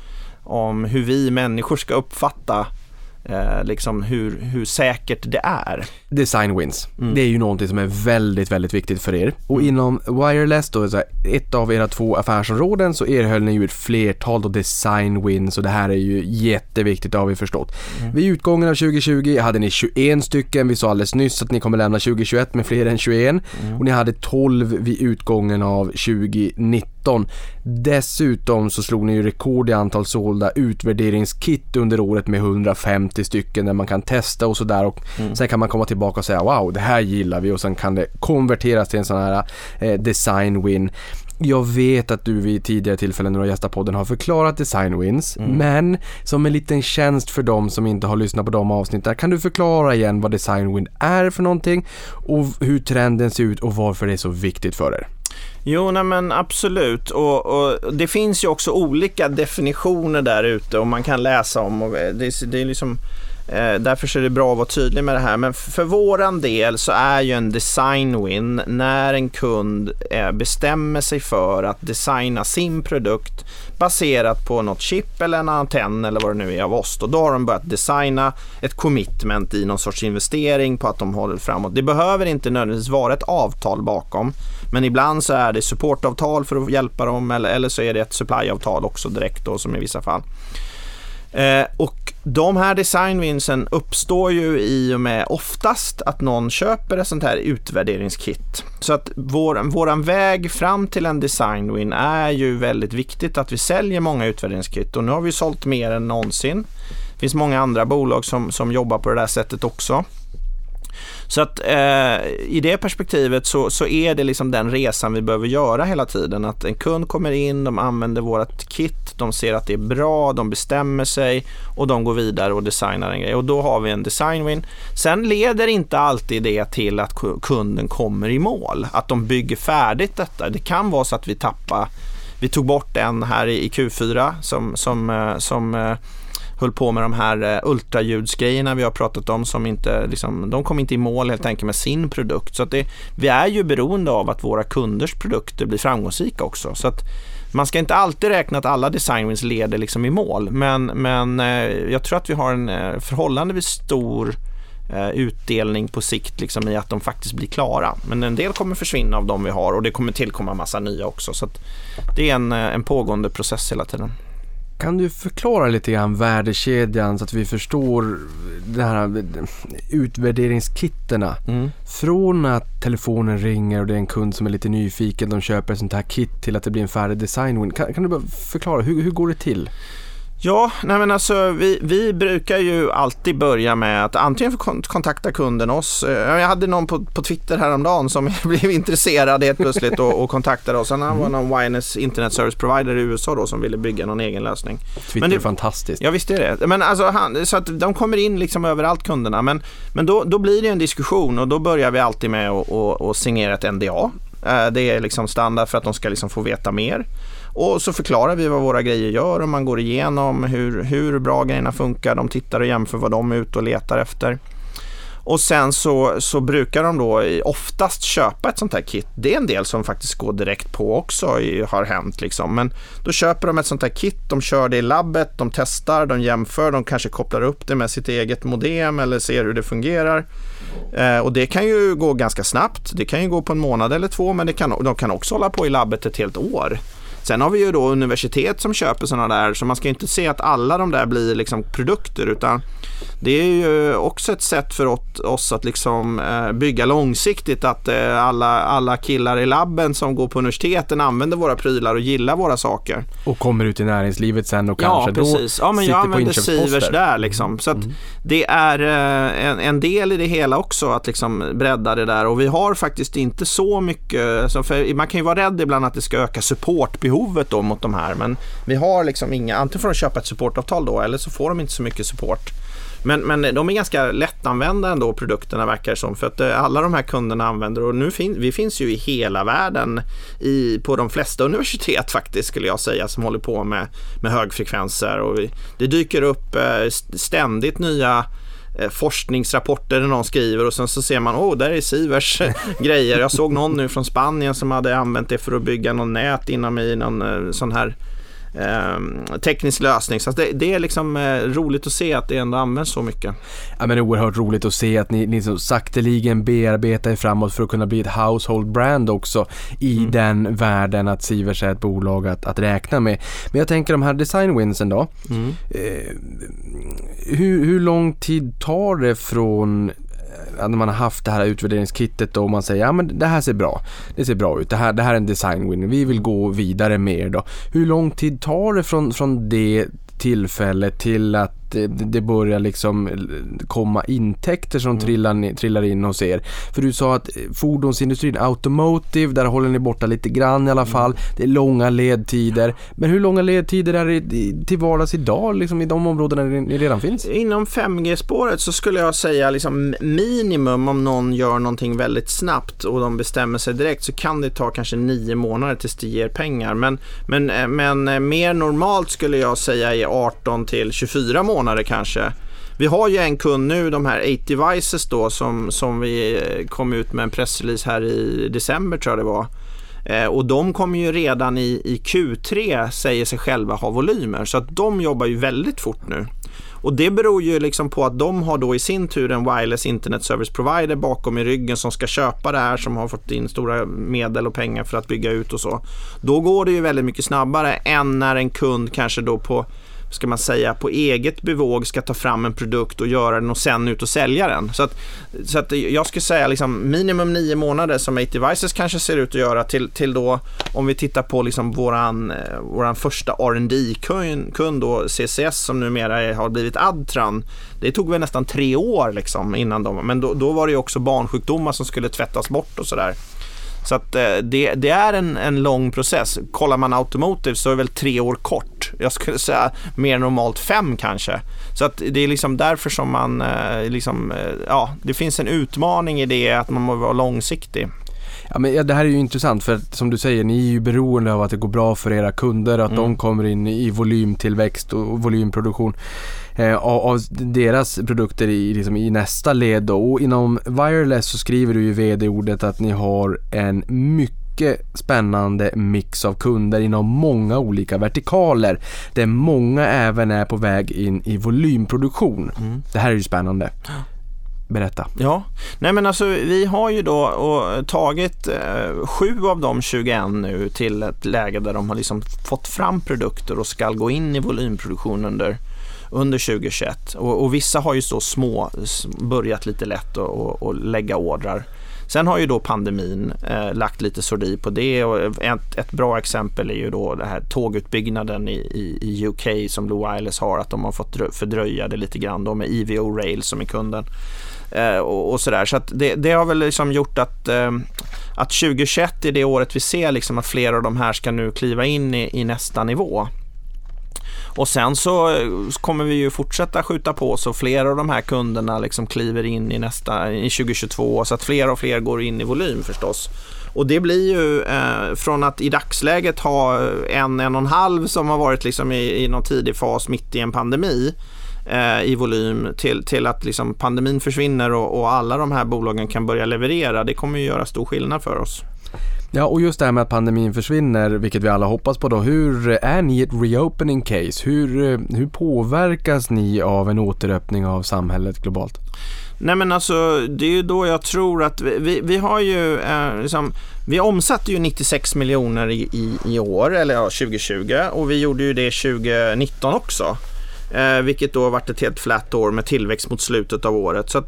om hur vi människor ska uppfatta liksom hur säkert det är. Design wins. Det är ju någonting som är väldigt, väldigt viktigt för er. Och inom wireless då, så ett av era 2 affärsområden, så erhöll ni ju ett flertal då design wins, och det här är ju jätteviktigt, det har vi förstått. Vid utgången av 2020 hade ni 21 stycken. Vi sa alldeles nyss att ni kommer lämna 2021 med fler än 21, och ni hade 12 vid utgången av 2019. Dessutom så slog ni ju rekord i antal sålda utvärderingskit under året med 150 stycken där man kan testa och sådär, och sen kan man komma tillbaka och säga wow, det här gillar vi, och sen kan det konverteras till en sån här design win. Jag vet att du vid tidigare tillfällen när du gästat podden har förklarat design wins, men som en liten tjänst för dem som inte har lyssnat på de avsnitten, kan du förklara igen vad design win är för någonting och hur trenden ser ut och varför det är så viktigt för er? Jo, men absolut. Och det finns ju också olika definitioner där ute, och man kan läsa om, och det är liksom därför är det bra att vara tydlig med det här. Men för våran del så är ju en design win när en kund bestämmer sig för att designa sin produkt baserat på något chip eller en antenn eller vad det nu är av oss. Då har de börjat designa ett commitment i någon sorts investering på att de håller framåt. Det behöver inte nödvändigtvis vara ett avtal bakom, men ibland så är det supportavtal för att hjälpa dem, eller så är det ett supplyavtal också direkt då, som i vissa fall. Och de här designvinsen uppstår ju i och med oftast att någon köper ett sånt här utvärderingskit. Så att våran väg fram till en designwin är ju väldigt viktigt, att vi säljer många utvärderingskit, och nu har vi sålt mer än någonsin. Det finns många andra bolag som jobbar på det där sättet också. Så att i det perspektivet så är det liksom den resan vi behöver göra hela tiden. Att en kund kommer in, de använder vårt kit, de ser att det är bra, de bestämmer sig och de går vidare och designar en grej. Och då har vi en design win. Sen leder inte alltid det till att kunden kommer i mål. Att de bygger färdigt detta. Det kan vara så att vi tog bort en här i Q4 som höll på med de här ultraljudsgrejerna vi har pratat om, som inte liksom, de kom inte i mål helt enkelt med sin produkt. Så att vi är ju beroende av att våra kunders produkter blir framgångsrika också. Så att man ska inte alltid räkna att alla designwins leder liksom i mål, men jag tror att vi har en förhållandevis stor utdelning på sikt liksom, i att de faktiskt blir klara. Men en del kommer försvinna av de vi har, och det kommer tillkomma massa nya också. Så att det är en pågående process hela tiden. Kan du förklara lite grann värdekedjan så att vi förstår det här utvärderingskitterna? Från att telefonen ringer och det är en kund som är lite nyfiken, de köper ett sånt här kit, till att det blir en färdig design win. Kan du bara förklara, hur går det till? Ja, nej men alltså vi brukar ju alltid börja med att antingen kontakta kunden oss. Jag hade någon på Twitter häromdagen som blev intresserad helt plötsligt och kontaktade oss. Han var någon wireless internet service provider i USA då som ville bygga någon egen lösning. Twitter är fantastiskt. Ja, visst är det. Men alltså så att de kommer in liksom överallt kunderna. Men då blir det en diskussion och då börjar vi alltid med att signera ett NDA. Det är liksom standard för att de ska liksom få veta mer. Och så förklarar vi vad våra grejer gör och man går igenom hur bra grejerna funkar. De tittar och jämför vad de är ute och letar efter. Och sen så brukar de då oftast köpa ett sånt här kit. Det är en del som faktiskt går direkt på också har hänt liksom. Men då köper de ett sånt här kit, de kör det i labbet, de testar, de jämför, de kanske kopplar upp det med sitt eget modem eller ser hur det fungerar. Och det kan ju gå ganska snabbt. Det kan ju gå på en månad eller 2, men de kan också hålla på i labbet ett helt år. Sen har vi ju då universitet som köper sådana där, så man ska inte se att alla de där blir liksom produkter, utan det är ju också ett sätt för oss att liksom bygga långsiktigt, att alla killar i labben som går på universiteten använder våra prylar och gillar våra saker. Och kommer ut i näringslivet sen och kanske precis. Ja, men jag använder Sivers där liksom. Så att det är en del i det hela också att liksom bredda det där, och vi har faktiskt inte så mycket, alltså för man kan ju vara rädd ibland att det ska öka supportbehovet då mot de här, men vi har liksom inga, antingen får de köpa ett supportavtal då eller så får de inte så mycket support. Men de är ganska lättanvända ändå, produkterna verkar som, för att alla de här kunderna använder, och nu vi finns ju i hela världen på de flesta universitet faktiskt, skulle jag säga, som håller på med högfrekvenser, och det dyker upp ständigt nya forskningsrapporter när någon skriver, och sen så ser man, där är Sivers grejer. Jag såg någon nu från Spanien som hade använt det för att bygga någon nät inom i någon sån här teknisk lösning. Så det är liksom roligt att se att det ändå används så mycket. Ja, men det är oerhört roligt att se att ni så sakteligen bearbetar er framåt för att kunna bli ett household brand också i den världen, att Sivers är ett bolag att räkna med. Men jag tänker de här design winsen då. Hur lång tid tar det från när man har haft det här utvärderingskittet och man säger, ja men det här ser bra, det ser bra ut, det här är en design win, vi vill gå vidare med då. Hur lång tid tar det från det tillfället till att det börjar liksom komma intäkter som trillar in hos er? För du sa att fordonsindustrin, automotive, där håller ni borta lite grann i alla fall. Det är långa ledtider. Men hur långa ledtider är det till vardags idag liksom i de områdena ni redan finns? Inom 5G-spåret så skulle jag säga liksom minimum, om någon gör någonting väldigt snabbt och de bestämmer sig direkt, så kan det ta kanske 9 månader tills det ger pengar. Men mer normalt skulle jag säga är 18 till 24 månader kanske. Vi har ju en kund nu, de här 8 Devices då, som vi kom ut med en pressrelease här i december tror jag det var. Och de kommer ju redan i Q3, säger sig själva, ha volymer. Så att de jobbar ju väldigt fort nu. Och det beror ju liksom på att de har då i sin tur en wireless internet service provider bakom i ryggen som ska köpa det här, som har fått in stora medel och pengar för att bygga ut och så. Då går det ju väldigt mycket snabbare än när en kund kanske då på eget bevåg ska ta fram en produkt och göra den och sen ut och sälja den. Så att jag skulle säga liksom minimum 9 månader som 8 Devices kanske ser ut att göra till då, om vi tittar på liksom våran första R&D-kund då, CCS, som numera har blivit Adtran. Det tog väl nästan 3 år liksom innan men då var det ju också barnsjukdomar som skulle tvättas bort och sådär. Så att det är en lång process. Kollar man automotive så är väl 3 år kort. Jag skulle säga mer normalt 5 kanske. Så att det är liksom därför som man det finns en utmaning i det, att man måste vara långsiktig. Ja, men det här är ju intressant, för att, som du säger, ni är ju beroende av att det går bra för era kunder, att de kommer in i volymtillväxt och volymproduktion av deras produkter i nästa led då. Och inom wireless så skriver du i vd-ordet att ni har en mycket spännande mix av kunder inom många olika vertikaler, där många även är på väg in i volymproduktion. Det här är ju spännande. Berätta. Ja, nej men alltså vi har ju då tagit 7 av de 21 nu till ett läge där de har liksom fått fram produkter och ska gå in i volymproduktion under 2021. Och vissa har ju så börjat lite lätt och lägga ordrar. Sen har ju då pandemin lagt lite sordi på det, och ett bra exempel är ju då det här tågutbyggnaden i UK som Blue Wireless har, att de har fått fördröja det lite grann då med EVO Rail som är kunden. Och sådär. Så att det har väl liksom gjort att 2021 är det året vi ser liksom att flera av de här ska nu kliva in i nästa nivå. Och sen så kommer vi ju fortsätta skjuta på så flera av de här kunderna liksom kliver in i 2022, så att fler och fler går in i volym förstås. Och det blir ju från att i dagsläget ha 1,5 som har varit liksom i någon tidig fas mitt i en pandemi i volym till att liksom pandemin försvinner och alla de här bolagen kan börja leverera. Det kommer ju göra stor skillnad för oss. Ja, och just det här med att pandemin försvinner, vilket vi alla hoppas på då. Hur är ni ett reopening case? Hur påverkas ni av en återöppning av samhället globalt? Nej, men alltså det är ju då jag tror att vi har ju vi omsatte ju 96 miljoner i år, eller 2020, och vi gjorde ju det 2019 också. Vilket då har varit ett helt flat år med tillväxt mot slutet av året. Så att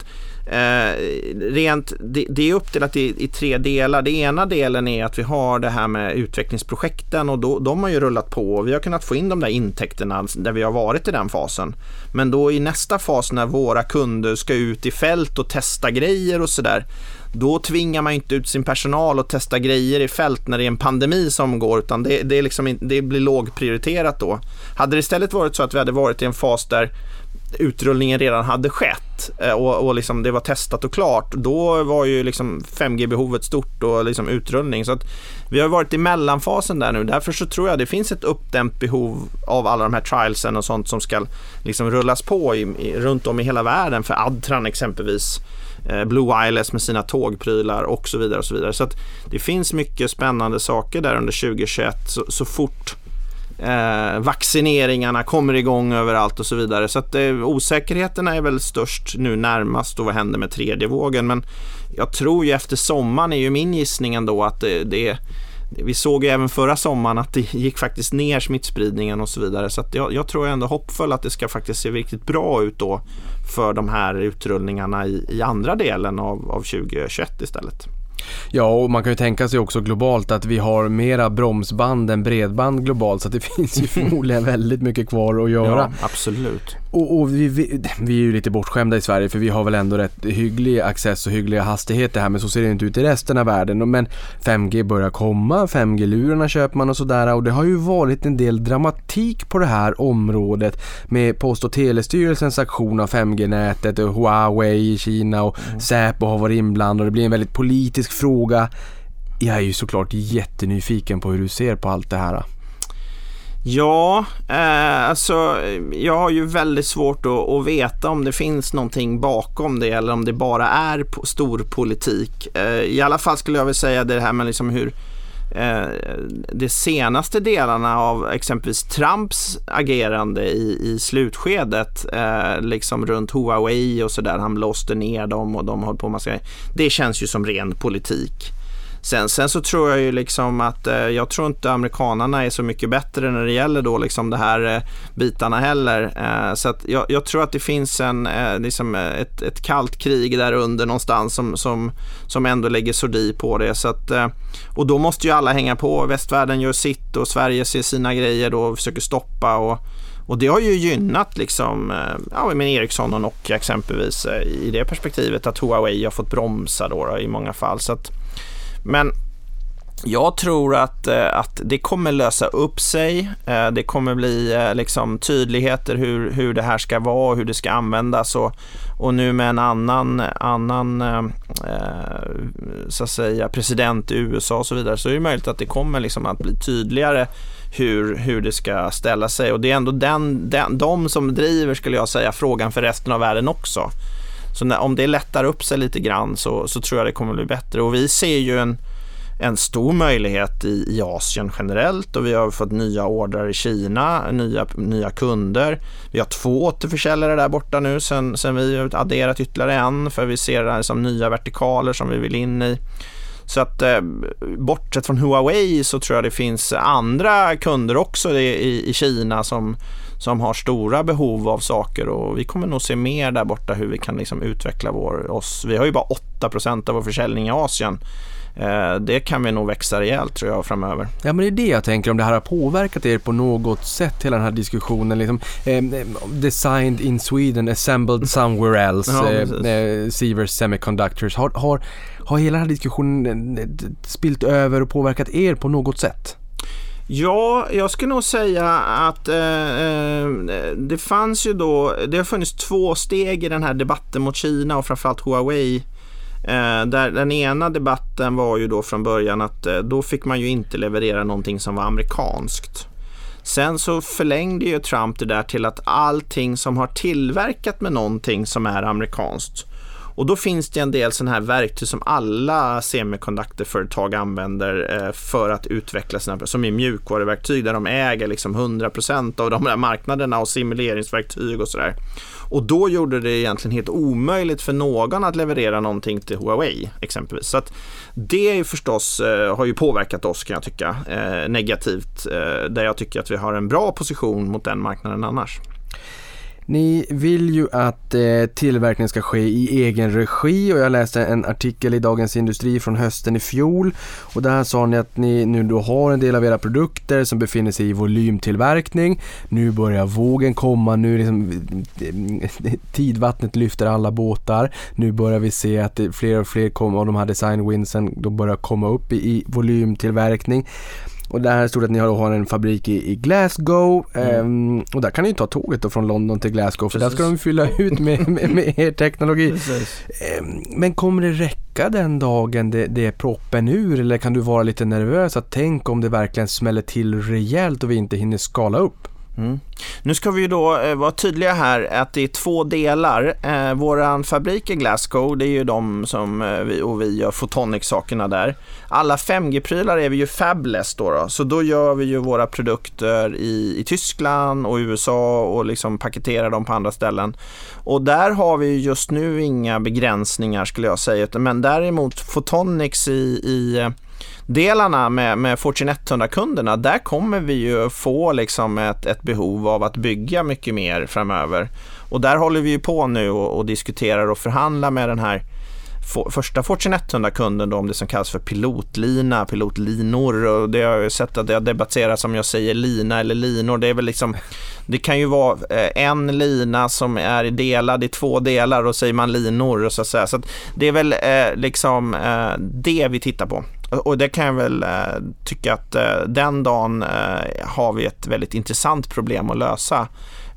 det är uppdelat i 3 delar. Det ena delen är att vi har det här med utvecklingsprojekten, och de har ju rullat på och vi har kunnat få in de där intäkterna där vi har varit i den fasen. Men då i nästa fas när våra kunder ska ut i fält och testa grejer och sådär, då tvingar man inte ut sin personal och testa grejer i fält när det är en pandemi som går, utan det är liksom, det blir lågprioriterat då. Hade det istället varit så att vi hade varit i en fas där utrullningen redan hade skett och liksom det var testat och klart, då var ju liksom 5G-behovet stort och liksom utrullning. Så att vi har varit i mellanfasen där nu. Därför så tror jag det finns ett uppdämt behov av alla de här trialsen och sånt som ska liksom rullas på runt om i hela världen, för Adtran exempelvis, Blue Wireless med sina tågprylar och så vidare och så vidare. Så att det finns mycket spännande saker där under 2021 så fort vaccineringarna kommer igång överallt och så vidare. Så att osäkerheterna är väl störst nu närmast, och vad händer med tredje vågen. Men jag tror ju efter sommaren är ju min gissning ändå att vi såg ju även förra sommaren att det gick faktiskt ner smittspridningen och så vidare. Så att jag tror ändå hoppfull att det ska faktiskt se riktigt bra ut då för de här utrullningarna i andra delen av 2021 istället. Ja, och man kan ju tänka sig också globalt att vi har mera bromsband än bredband globalt, så att det finns ju förmodligen väldigt mycket kvar att göra. Ja, absolut. Och vi är ju lite bortskämda i Sverige, för vi har väl ändå rätt hygglig access och hyggliga hastigheter här, men så ser det inte ut i resten av världen. Men 5G börjar komma, 5G-lurarna köper man och sådär, och det har ju varit en del dramatik på det här området med Post- och telestyrelsens aktion av 5G-nätet och Huawei i Kina och Säpo har varit inblandad, och det blir en väldigt politisk fråga. Jag är ju såklart jättenyfiken på hur du ser på allt det här. Ja, alltså jag har ju väldigt svårt att veta om det finns någonting bakom det eller om det bara är stor politik. I alla fall skulle jag vilja säga det här med liksom hur de senaste delarna av exempelvis Trumps agerande i slutskedet liksom runt Huawei och sådär, han blåste ner dem och de höll på med sig. Det känns ju som ren politik. Sen så tror jag ju liksom att jag tror inte amerikanerna är så mycket bättre när det gäller då liksom det här bitarna heller. Så att jag tror att det finns liksom ett kallt krig där under någonstans som ändå lägger sordi på det. Så att, och då måste ju alla hänga på. Västvärlden gör sitt och Sverige ser sina grejer då och försöker stoppa och det har ju gynnat liksom, med Ericsson och Nokia exempelvis i det perspektivet att Huawei har fått bromsa då i många fall. Så att, men jag tror att det kommer lösa upp sig. Det kommer bli liksom tydligheter hur det här ska vara och hur det ska användas. Och nu med en annan så att säga, president i USA och så vidare, så är det möjligt att det kommer liksom att bli tydligare hur det ska ställa sig. Och det är ändå de som driver, skulle jag säga, frågan för resten av världen också. Så om det lättar upp sig lite grann så tror jag det kommer bli bättre. Och vi ser ju en stor möjlighet i Asien generellt, och vi har fått nya ordrar i Kina, nya kunder. Vi har 2 återförsäljare där borta nu sen vi har adderat ytterligare en, för vi ser det som nya vertikaler som vi vill in i. Så att bortsett från Huawei så tror jag det finns andra kunder också i Kina som som har stora behov av saker, och vi kommer nog se mer där borta hur vi kan liksom utveckla oss. Vi har ju bara 8% av vår försäljning i Asien. Det kan vi nog växa rejält, tror jag, framöver. Ja, men det är det jag tänker, om det här har påverkat er på något sätt, hela den här diskussionen liksom, designed in Sweden, assembled somewhere else, Sivers Semiconductors, har hela den här diskussionen spilt över och påverkat er på något sätt? Ja, jag skulle nog säga att det har funnits 2 steg i den här debatten mot Kina och framförallt Huawei. Där den ena debatten var ju då från början att då fick man ju inte leverera någonting som var amerikanskt. Sen så förlängde ju Trump det där till att allting som har tillverkat med någonting som är amerikanskt. Och då finns det en del sådana här verktyg som alla semiconductor-företag använder för att utveckla sina, som är mjukvaruverktyg där de äger liksom 100% av de här marknaderna och simuleringsverktyg och sådär. Och då gjorde det egentligen helt omöjligt för någon att leverera någonting till Huawei exempelvis. Så att det är ju förstås, har ju påverkat oss, kan jag tycka, negativt, där jag tycker att vi har en bra position mot den marknaden annars. Ni vill ju att tillverkningen ska ske i egen regi, och jag läste en artikel i Dagens Industri från hösten i fjol, och där sa ni att ni nu då har en del av era produkter som befinner sig i volymtillverkning. Nu börjar vågen komma, nu liksom, tidvattnet lyfter alla båtar. Nu börjar vi se att fler och fler av de här design winsen då börjar komma upp i volymtillverkning. Och där stod att ni har en fabrik i Glasgow, och där kan ni ju ta tåget då från London till Glasgow, för där ska de fylla ut med er teknologi. Men kommer det räcka den dagen det är proppen ur, eller kan du vara lite nervös att tänk om det verkligen smäller till rejält och vi inte hinner skala upp? Nu ska vi ju då vara tydliga här att det är 2 delar. Våran fabrik i Glasgow, det är ju de som vi gör photonics-sakerna där. Alla 5G-prylar är vi ju fabless då. Så då gör vi ju våra produkter i Tyskland och USA och liksom paketerar dem på andra ställen. Och där har vi just nu inga begränsningar, skulle jag säga. Men däremot photonics i delarna med Fortune 100-kunderna, där kommer vi ju få liksom ett behov av att bygga mycket mer framöver. Och där håller vi ju på nu och diskuterar och förhandlar med den här första Fortune 100-kunden då, om det som kallas för pilotlinor, och det har jag sett att det har debatterats om jag säger lina eller linor. Det är väl liksom, det kan ju vara en lina som är delad i 2 delar, och säger man linor och så att säga. Så att det är väl det vi tittar på. Och det kan jag väl tycka att den dagen har vi ett väldigt intressant problem att lösa,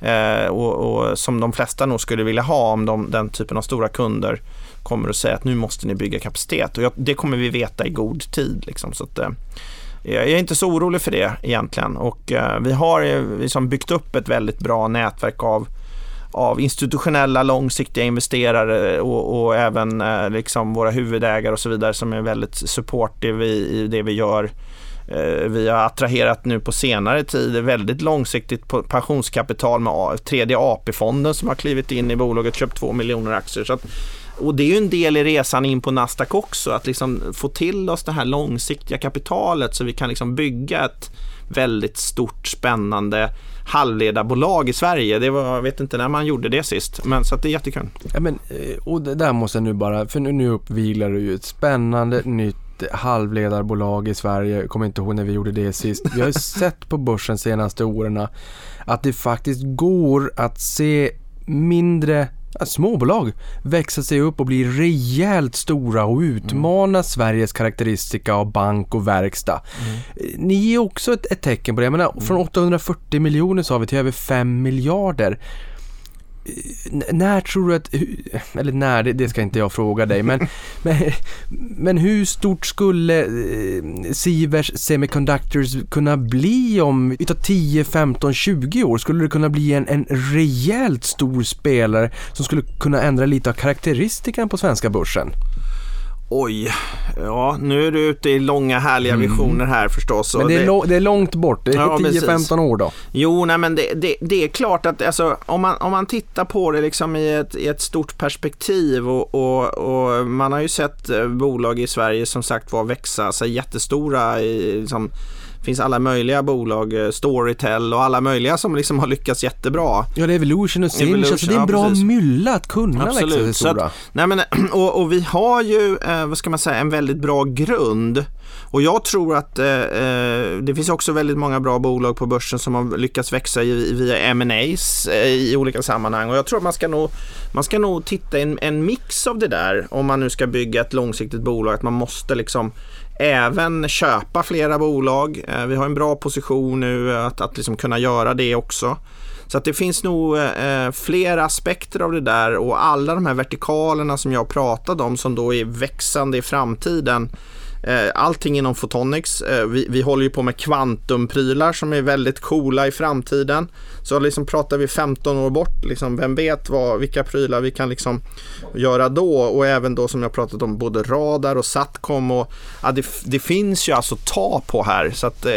och som de flesta nog skulle vilja ha om den typen av stora kunder kommer att säga att nu måste ni bygga kapacitet, och det kommer vi veta i god tid liksom. Så att, jag är inte så orolig för det egentligen, och vi har liksom byggt upp ett väldigt bra nätverk av institutionella långsiktiga investerare och även liksom våra huvudägare och så vidare som är väldigt supportive i det vi gör. Vi har attraherat nu på senare tid väldigt långsiktigt pensionskapital med tredje AP-fonden som har klivit in i bolaget och köpt 2 miljoner aktier. Så att, och det är ju en del i resan in på Nasdaq också, att liksom få till oss det här långsiktiga kapitalet så vi kan liksom bygga ett väldigt stort, spännande halvledarbolag i Sverige. Det var, jag vet inte när man gjorde det sist, men så att det är jättekul. Ja, men, och det där måste jag nu bara, för nu uppviglar du ju ett spännande nytt halvledarbolag i Sverige. Jag kommer inte ihåg när vi gjorde det sist. Vi har ju sett på börsen senaste åren att det faktiskt går att se mindre småbolag växa sig upp och bli rejält stora och utmana Sveriges karaktäristika av bank och verkstad. Ni är också ett tecken på det. Jag menar, från 840 miljoner så har vi till över 5 miljarder. När tror du att, eller när, det ska inte jag fråga dig, men hur stort skulle Sivers Semiconductors kunna bli om vi tar 10, 15, 20 år? Skulle det kunna bli en rejält stor spelare som skulle kunna ändra lite av karaktäristikan på svenska börsen? Oj, ja, nu är du ute i långa härliga visioner här förstås. Men det är långt bort, det är 10-15 år då. Jo, nej, men det är klart att alltså, om man tittar på det liksom i ett stort perspektiv och man har ju sett bolag i Sverige som sagt var växa sig jättestora i liksom finns alla möjliga bolag, Storytel och alla möjliga som liksom har lyckats jättebra. Ja, det är Evolution och Sinch, alltså det är en bra mylla att kunna växa sig stora. Nej, men, och vi har ju, vad ska man säga, en väldigt bra grund. Och jag tror att det finns också väldigt många bra bolag på börsen som har lyckats växa via M&As i olika sammanhang. Och jag tror att man ska nog titta en mix av det där om man nu ska bygga ett långsiktigt bolag. Att man måste liksom även köpa flera bolag. Vi har en bra position nu att liksom kunna göra det också. Så att det finns nog flera aspekter av det där, och alla de här vertikalerna som jag pratade om som då är växande i framtiden. Allting inom photonics. Vi håller ju på med kvantumprylar som är väldigt coola i framtiden. Så liksom pratar vi 15 år bort, liksom, vem vet vilka prylar vi kan liksom göra då. Och även då som jag pratat om både radar och satcom. Och, ja, det finns ju alltså ta på här. Så att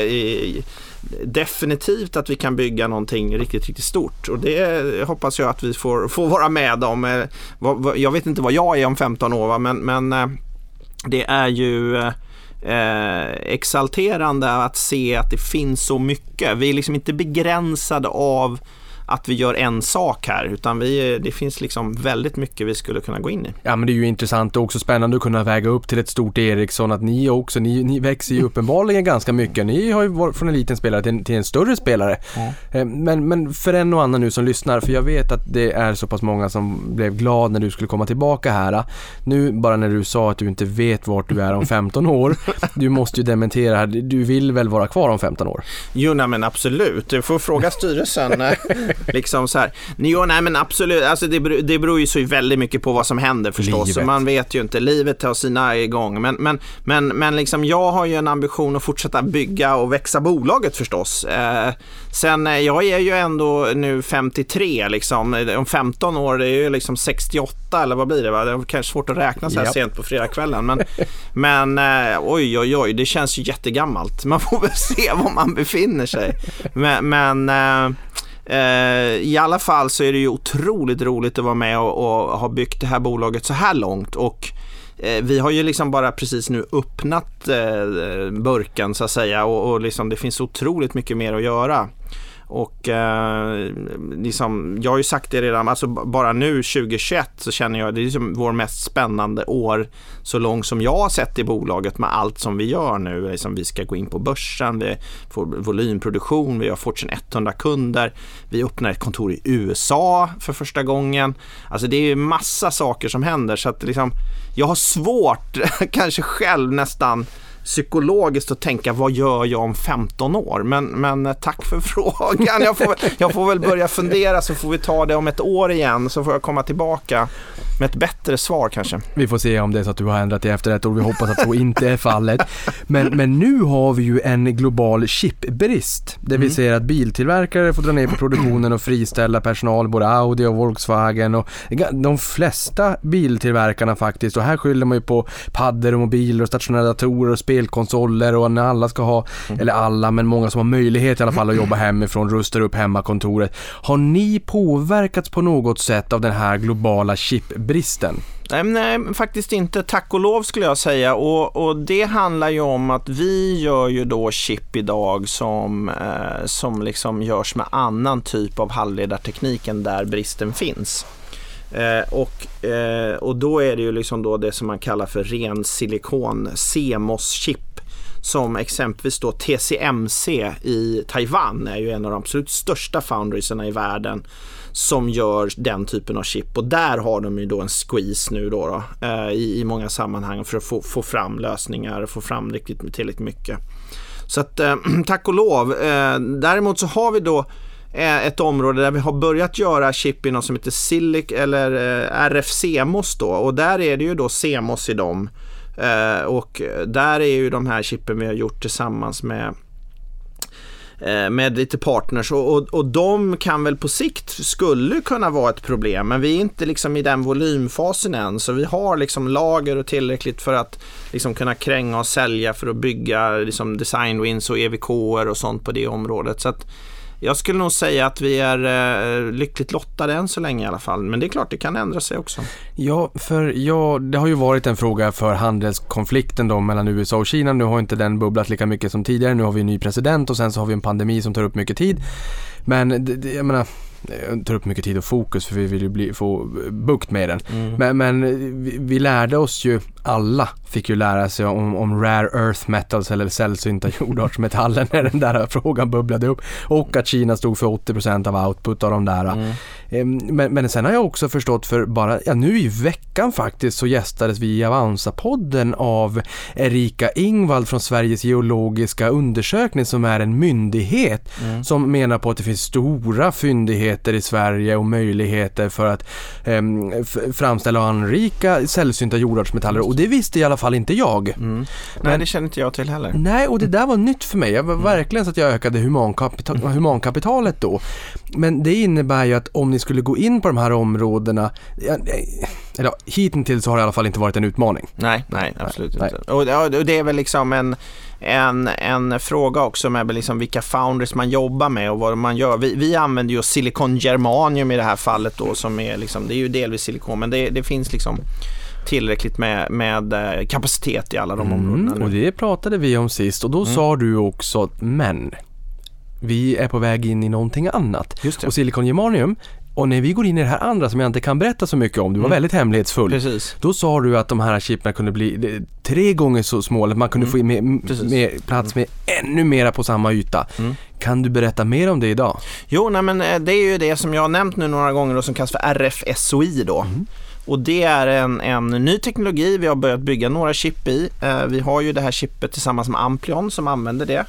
definitivt att vi kan bygga någonting riktigt, riktigt stort. Och det hoppas jag att vi får vara med om. Jag vet inte vad jag är om 15 år, men det är ju exalterande att se att det finns så mycket. Vi är liksom inte begränsade av att vi gör en sak här, utan det finns liksom väldigt mycket vi skulle kunna gå in i. Ja, men det är ju intressant och också spännande att kunna väga upp till ett stort Ericsson, att ni växer ju uppenbarligen ganska mycket. Ni har ju varit från en liten spelare till en större spelare. Men för en och annan nu som lyssnar, för jag vet att det är så pass många som blev glad när du skulle komma tillbaka här. Nu bara när du sa att du inte vet vart du är om 15 år, du måste ju dementera här. Du vill väl vara kvar om 15 år? Jo, nej, men absolut. Du får fråga styrelsen. Liksom så här. Jo, nej, men absolut. Alltså det beror ju så väldigt mycket på vad som händer förstås. Så man vet ju inte. Livet har sina igång. Men liksom jag har ju en ambition att fortsätta bygga och växa bolaget förstås. Sen jag är ju ändå nu 53 liksom. Om 15 år det är ju liksom 68 eller vad blir det, va? Det är kanske svårt att räkna så här sent på fredagskvällen. Men oj, det känns ju jättegammalt. Man får väl se var man befinner sig. Men i alla fall så är det ju otroligt roligt att vara med och ha byggt det här bolaget så här långt, och vi har ju liksom bara precis nu öppnat burken så att säga, och liksom det finns otroligt mycket mer att göra. Och liksom, jag har ju sagt det redan, alltså bara nu 2021 så känner jag det är liksom vår mest spännande år så långt som jag har sett i bolaget, med allt som vi gör nu. Liksom, vi ska gå in på börsen, vi får volymproduktion, vi har Fortune 100 kunder, vi öppnar ett kontor i USA för första gången. Alltså det är ju massa saker som händer, så att liksom, jag har svårt kanske själv nästan psykologiskt att tänka, vad gör jag om 15 år? Men tack för frågan. Jag får väl börja fundera, så får vi ta det om ett år igen, så får jag komma tillbaka med ett bättre svar kanske. Vi får se om det är så att du har ändrat dig efter ett år. Vi hoppas att så inte är fallet. Men nu har vi ju en global chipbrist. Det vill säga att biltillverkare får dra ner på produktionen och friställa personal, både Audi och Volkswagen och de flesta biltillverkarna faktiskt. Och här skyller man ju på paddor och mobiler och stationära datorer och spelkonsoler, och när alla ska ha, eller alla, men många som har möjlighet i alla fall att jobba hemifrån, rustar upp hemmakontoret. Har ni påverkats på något sätt av den här globala chipbristen? Nej, faktiskt inte. Tack och lov skulle jag säga. Och det handlar ju om att vi gör ju då chip idag som liksom görs med annan typ av halvledarteknik än där bristen finns. Och då är det ju liksom då det som man kallar för ren silikon CMOS-chip, som exempelvis då TSMC i Taiwan är ju en av de absolut största foundriesarna i världen som gör den typen av chip, och där har de ju då en squeeze nu då i många sammanhang för att få fram lösningar och få fram riktigt tillräckligt mycket. Så att tack och lov. Däremot så har vi då ett område där vi har börjat göra chip i något som heter SILIC eller RF-CMOS då, och där är det ju då CMOS i dem, och där är ju de här chippen vi har gjort tillsammans med lite partners, och de kan väl på sikt skulle kunna vara ett problem, men vi är inte liksom i den volymfasen än, så vi har liksom lager och tillräckligt för att liksom kunna kränga och sälja för att bygga liksom design wins och EVK:er och sånt på det området. Så att Jag skulle nog säga att vi är lyckligt lottade än så länge i alla fall. Men det är klart, det kan ändra sig också. Ja, för det har ju varit en fråga för handelskonflikten då mellan USA och Kina. Nu har inte den bubblat lika mycket som tidigare. Nu har vi en ny president och sen så har vi en pandemi som tar upp mycket tid. Men jag menar, tar upp mycket tid och fokus för vi vill ju få bukt med den. Men vi lärde oss ju, alla fick ju lära sig om rare earth metals eller sällsynta jordartsmetaller när den där frågan bubblade upp, och att Kina stod för 80% av output av de där. Men sen har jag också förstått för bara, nu i veckan faktiskt så gästades vi i Avanza-podden av Erika Ingvald från Sveriges geologiska undersökning, som är en myndighet som menar på att det finns stora fyndigheter i Sverige och möjligheter för att framställa och anrika sällsynta jordartsmetaller, och det visste i alla fall inte jag. Nej, det känner inte jag till heller. Nej, och det där var nytt för mig. Jag var verkligen så att jag ökade humankapitalet då. Men det innebär ju att om ni skulle gå in på de här områdena, eller hittills har det i alla fall inte varit en utmaning. Nej, absolut inte. Och det är väl liksom en fråga också med liksom vilka founders man jobbar med och vad man gör. Vi använder ju silikon germanium i det här fallet då, som är liksom, det är ju delvis silikon, men det finns liksom tillräckligt med kapacitet i alla de områdena nu. Och det pratade vi om sist, och då sa du också, men vi är på väg in i någonting annat. Just det. Och silikon germanium, och när vi går in i det här andra som jag inte kan berätta så mycket om, du var väldigt hemlighetsfull. Precis. Då sa du att de här chipperna kunde bli 3 gånger så små, att man kunde få in mer plats med ännu mera på samma yta. Kan du berätta mer om det idag? Jo, men det är ju det som jag har nämnt nu några gånger och som kallas för RF-SOI då. Och det är en ny teknologi vi har börjat bygga några chip i. Vi har ju det här chippet tillsammans med Amplion som använder det.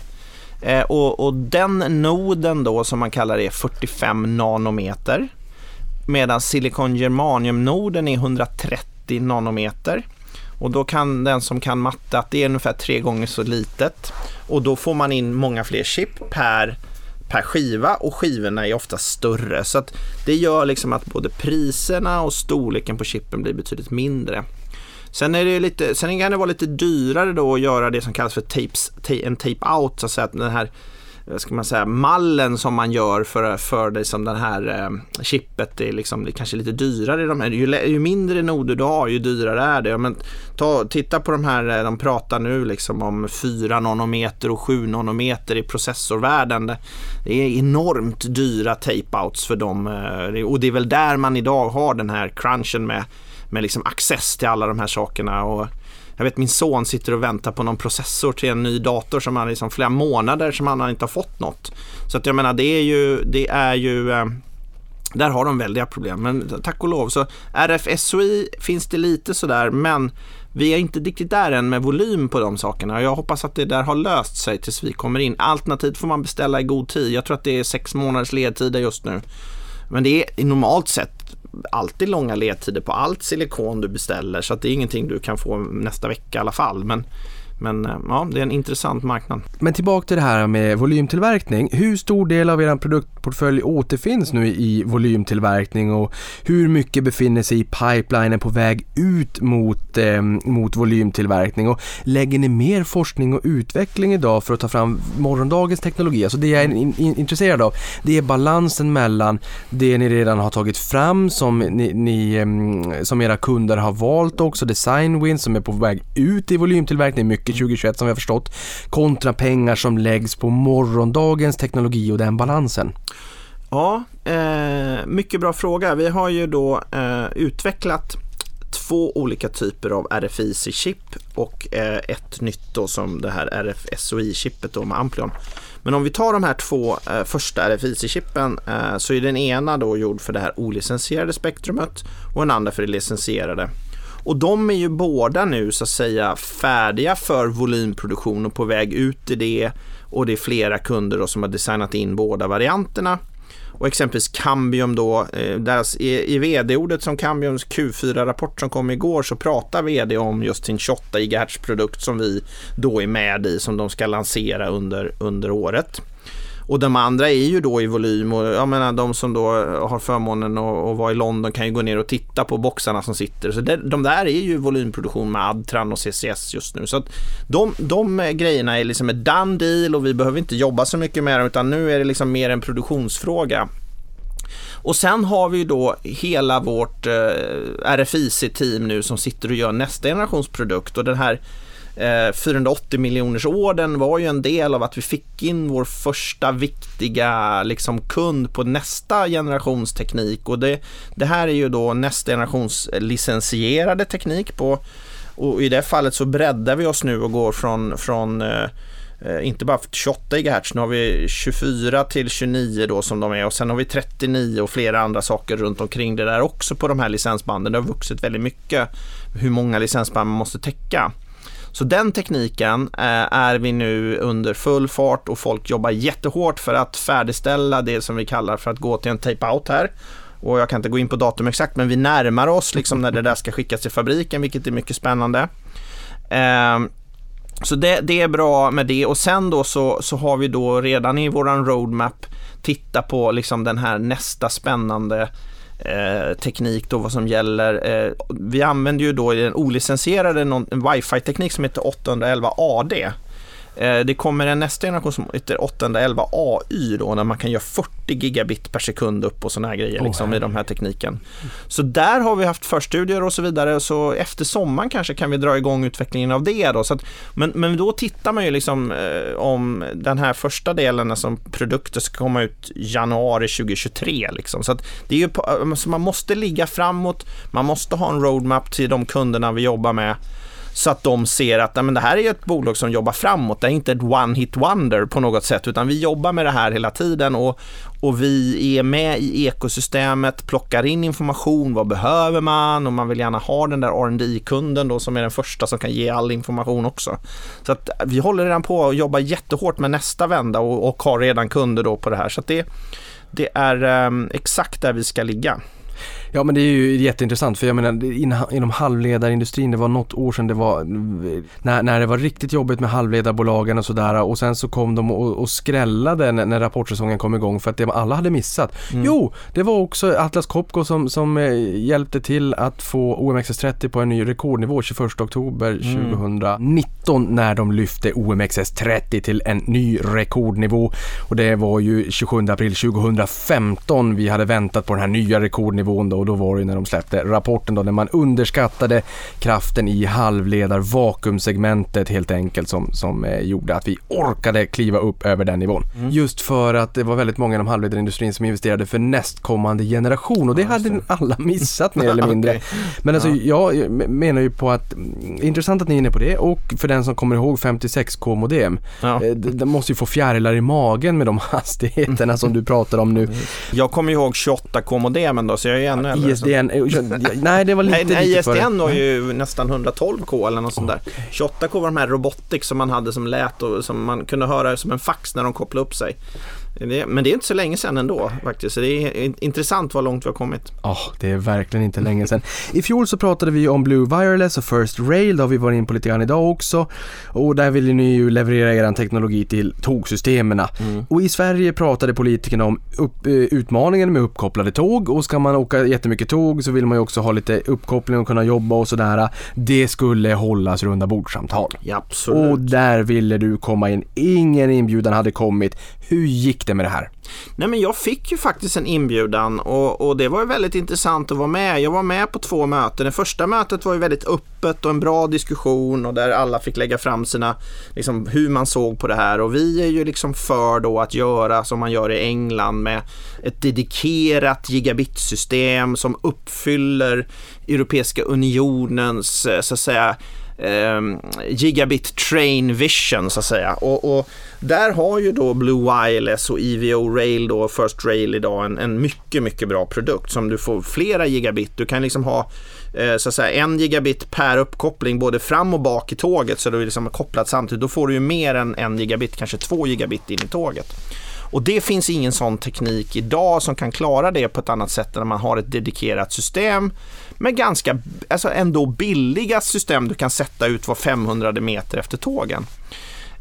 Och den noden då som man kallar det är 45 nanometer. Medan silikon germanium-noden är 130 nanometer. Och då kan den som kan matte att det är ungefär 3 gånger så litet. Och då får man in många fler chip per skiva, och skivorna är ofta större. Så att det gör liksom att både priserna och storleken på chippen blir betydligt mindre. Sen kan det vara lite dyrare då att göra det som kallas för en tape out, så att säga, att den här, ska man säga, mallen som man gör för det som den här chippet är liksom, det är kanske lite dyrare i de här. Ju mindre noder du har, ju dyrare är det. Men titta på de här, de pratar nu liksom om 4 nanometer och 7 nanometer i processorvärlden. Det är enormt dyra tape outs för dem, och det är väl där man idag har den här crunchen med liksom access till alla de här sakerna. Och jag vet, min son sitter och väntar på någon processor till en ny dator som han liksom flera månader som han inte har fått något. Så att jag menar, det är ju där har de väldiga problem. Men tack och lov, så RF-SOI finns det lite sådär, men vi är inte riktigt där än med volym på de sakerna. Jag hoppas att det där har löst sig tills vi kommer in. Alternativt får man beställa i god tid. Jag tror att det är 6 månaders ledtider just nu. Men det är normalt sett alltid långa ledtider på allt silikon du beställer, så att det är ingenting du kan få nästa vecka i alla fall. Men ja, det är en intressant marknad. Men tillbaka till det här med volymtillverkning. Hur stor del av er produktportfölj återfinns nu i volymtillverkning, och hur mycket befinner sig i pipelinen på väg ut mot volymtillverkning? Och lägger ni mer forskning och utveckling idag för att ta fram morgondagens teknologi? Alltså det jag är intresserad av, det är balansen mellan det ni redan har tagit fram som som era kunder har valt, också design wins som är på väg ut i volymtillverkning, mycket 2021 som vi har förstått, kontra pengar som läggs på morgondagens teknologi och den balansen. Ja, mycket bra fråga. Vi har ju då utvecklat 2 olika typer av RFIC-chip och ett nytt då som det här RF-SOI-chippet då med Amplion. Men om vi tar de här 2 första RFIC-chippen så är den ena då gjord för det här olicensierade spektrumet och den andra för det licensierade. Och de är ju båda nu så att säga färdiga för volymproduktion och på väg ut i det, och det är flera kunder då som har designat in båda varianterna. Och exempelvis Cambium då, i vd-ordet som Cambiums Q4-rapport som kom igår, så pratar vd om just sin 28 GHz-produkt som vi då är med i, som de ska lansera under året. Och de andra är ju då i volym, och jag menar de som då har förmånen att vara i London kan ju gå ner och titta på boxarna som sitter. Så de där är ju volymproduktion med Adtran och CCS just nu. Så att de grejerna är liksom ett done deal, och vi behöver inte jobba så mycket med dem, utan nu är det liksom mer en produktionsfråga. Och sen har vi då hela vårt RFIC-team nu som sitter och gör nästa generationsprodukt, och den här 480 miljoners orden var ju en del av att vi fick in vår första viktiga liksom kund på nästa generations teknik, och det här är ju då nästa generations licensierade teknik på, och i det fallet så breddar vi oss nu och går från inte bara 28 GHz, nu har vi 24 till 29 då som de är, och sen har vi 39 och flera andra saker runt omkring det där också på de här licensbanden. Det har vuxit väldigt mycket hur många licensband man måste täcka. Så den tekniken är vi nu under full fart, och folk jobbar jättehårt för att färdigställa det som vi kallar för att gå till en tape-out här. Och jag kan inte gå in på datum exakt, men vi närmar oss liksom när det där ska skickas till fabriken, vilket är mycket spännande. Så det är bra med det, och sen då så har vi då redan i våran roadmap titta på liksom den här nästa spännande teknik då, vad som gäller. Vi använder ju då i den olicensierade en wifi-teknik som heter 811 AD. Det kommer en nästa generation som heter 811 AI då, när man kan göra 40 gigabit per sekund upp och såna här grejer liksom, i de här tekniken. Så där har vi haft förstudier och så vidare, så efter sommaren kanske kan vi dra igång utvecklingen av det då. Så att, men då tittar man ju liksom om den här första delen som produkter ska komma ut januari 2023 liksom. Så att det är ju så man måste ligga framåt, man måste ha en roadmap till de kunderna vi jobbar med, så att de ser att men det här är ett bolag som jobbar framåt. Det är inte ett one-hit wonder på något sätt, utan vi jobbar med det här hela tiden, och vi är med i ekosystemet, plockar in information, vad behöver man, och man vill gärna ha den där R&D-kunden då, som är den första som kan ge all information också. Så att vi håller redan på att jobba jättehårt med nästa vända, och har redan kunder då på det här. Så att det är exakt där vi ska ligga. Ja, men det är ju jätteintressant, för jag menar inom halvledarindustrin, det var något år sedan det var när det var riktigt jobbigt med halvledarbolagen och sådär, och sen så kom de och skrällade när rapportsäsongen kom igång, för att det alla hade missat. Jo, det var också Atlas Copco som hjälpte till att få OMXS30 på en ny rekordnivå 21 oktober 2019 när de lyfte OMXS30 till en ny rekordnivå, och det var ju 27 april 2015 vi hade väntat på den här nya rekordnivån då. Och då var det när de släppte rapporten då, när man underskattade kraften i halvledar-vakuumsegmentet helt enkelt, som gjorde att vi orkade kliva upp över den nivån. Just för att det var väldigt många inom halvledarindustrin som investerade för nästkommande generation, och det hade alla missat mer eller mindre. Men alltså, jag menar ju på att intressant att ni är inne på det, och för den som kommer ihåg 56K modem, det måste ju få fjärilar i magen med de hastigheterna som du pratar om nu. Jag kommer ihåg 28K modemen då, så jag är ännu ISDN, nej det var lite ISDN var ju nästan 112K eller något sånt där. 28K var de här robotics som man hade som lät, och som man kunde höra som en fax när de kopplade upp sig. Men det är inte så länge sedan ändå faktiskt, så det är intressant vad långt vi har kommit. Det är verkligen inte länge sedan. I fjol så pratade vi om Blue Wireless och First Rail, det har vi varit in på lite grann idag också, och där vill ni ju leverera er teknologi till tågsystemerna. Och i Sverige pratade politikerna om utmaningen med uppkopplade tåg, och ska man åka jättemycket tåg så vill man ju också ha lite uppkoppling och kunna jobba och sådär. Det skulle hållas runda bordsamtal. Ja, absolut. Och där ville du komma in. Ingen inbjudan hade kommit. Hur gick det med det här? Nej, men jag fick ju faktiskt en inbjudan, och det var ju väldigt intressant att vara med. Jag var med på 2 möten. Det första mötet var ju väldigt öppet och en bra diskussion, och där alla fick lägga fram sina, liksom, hur man såg på det här. Och vi är ju liksom för då att göra som man gör i England, med ett dedikerat gigabitsystem som uppfyller Europeiska unionens, så att säga, gigabit train vision, så att säga, och där har ju då Blue Wireless och EVO Rail då, First Rail idag en mycket, mycket bra produkt som du får flera gigabit. Du kan liksom ha så att säga 1 gigabit per uppkoppling både fram och bak i tåget, så du är liksom kopplat samtidigt. Då får du ju mer än 1 gigabit, kanske 2 gigabit in i tåget. Och det finns ingen sån teknik idag som kan klara det på ett annat sätt än när man har ett dedikerat system med ganska, alltså ändå billiga system du kan sätta ut var 500 meter efter tågen.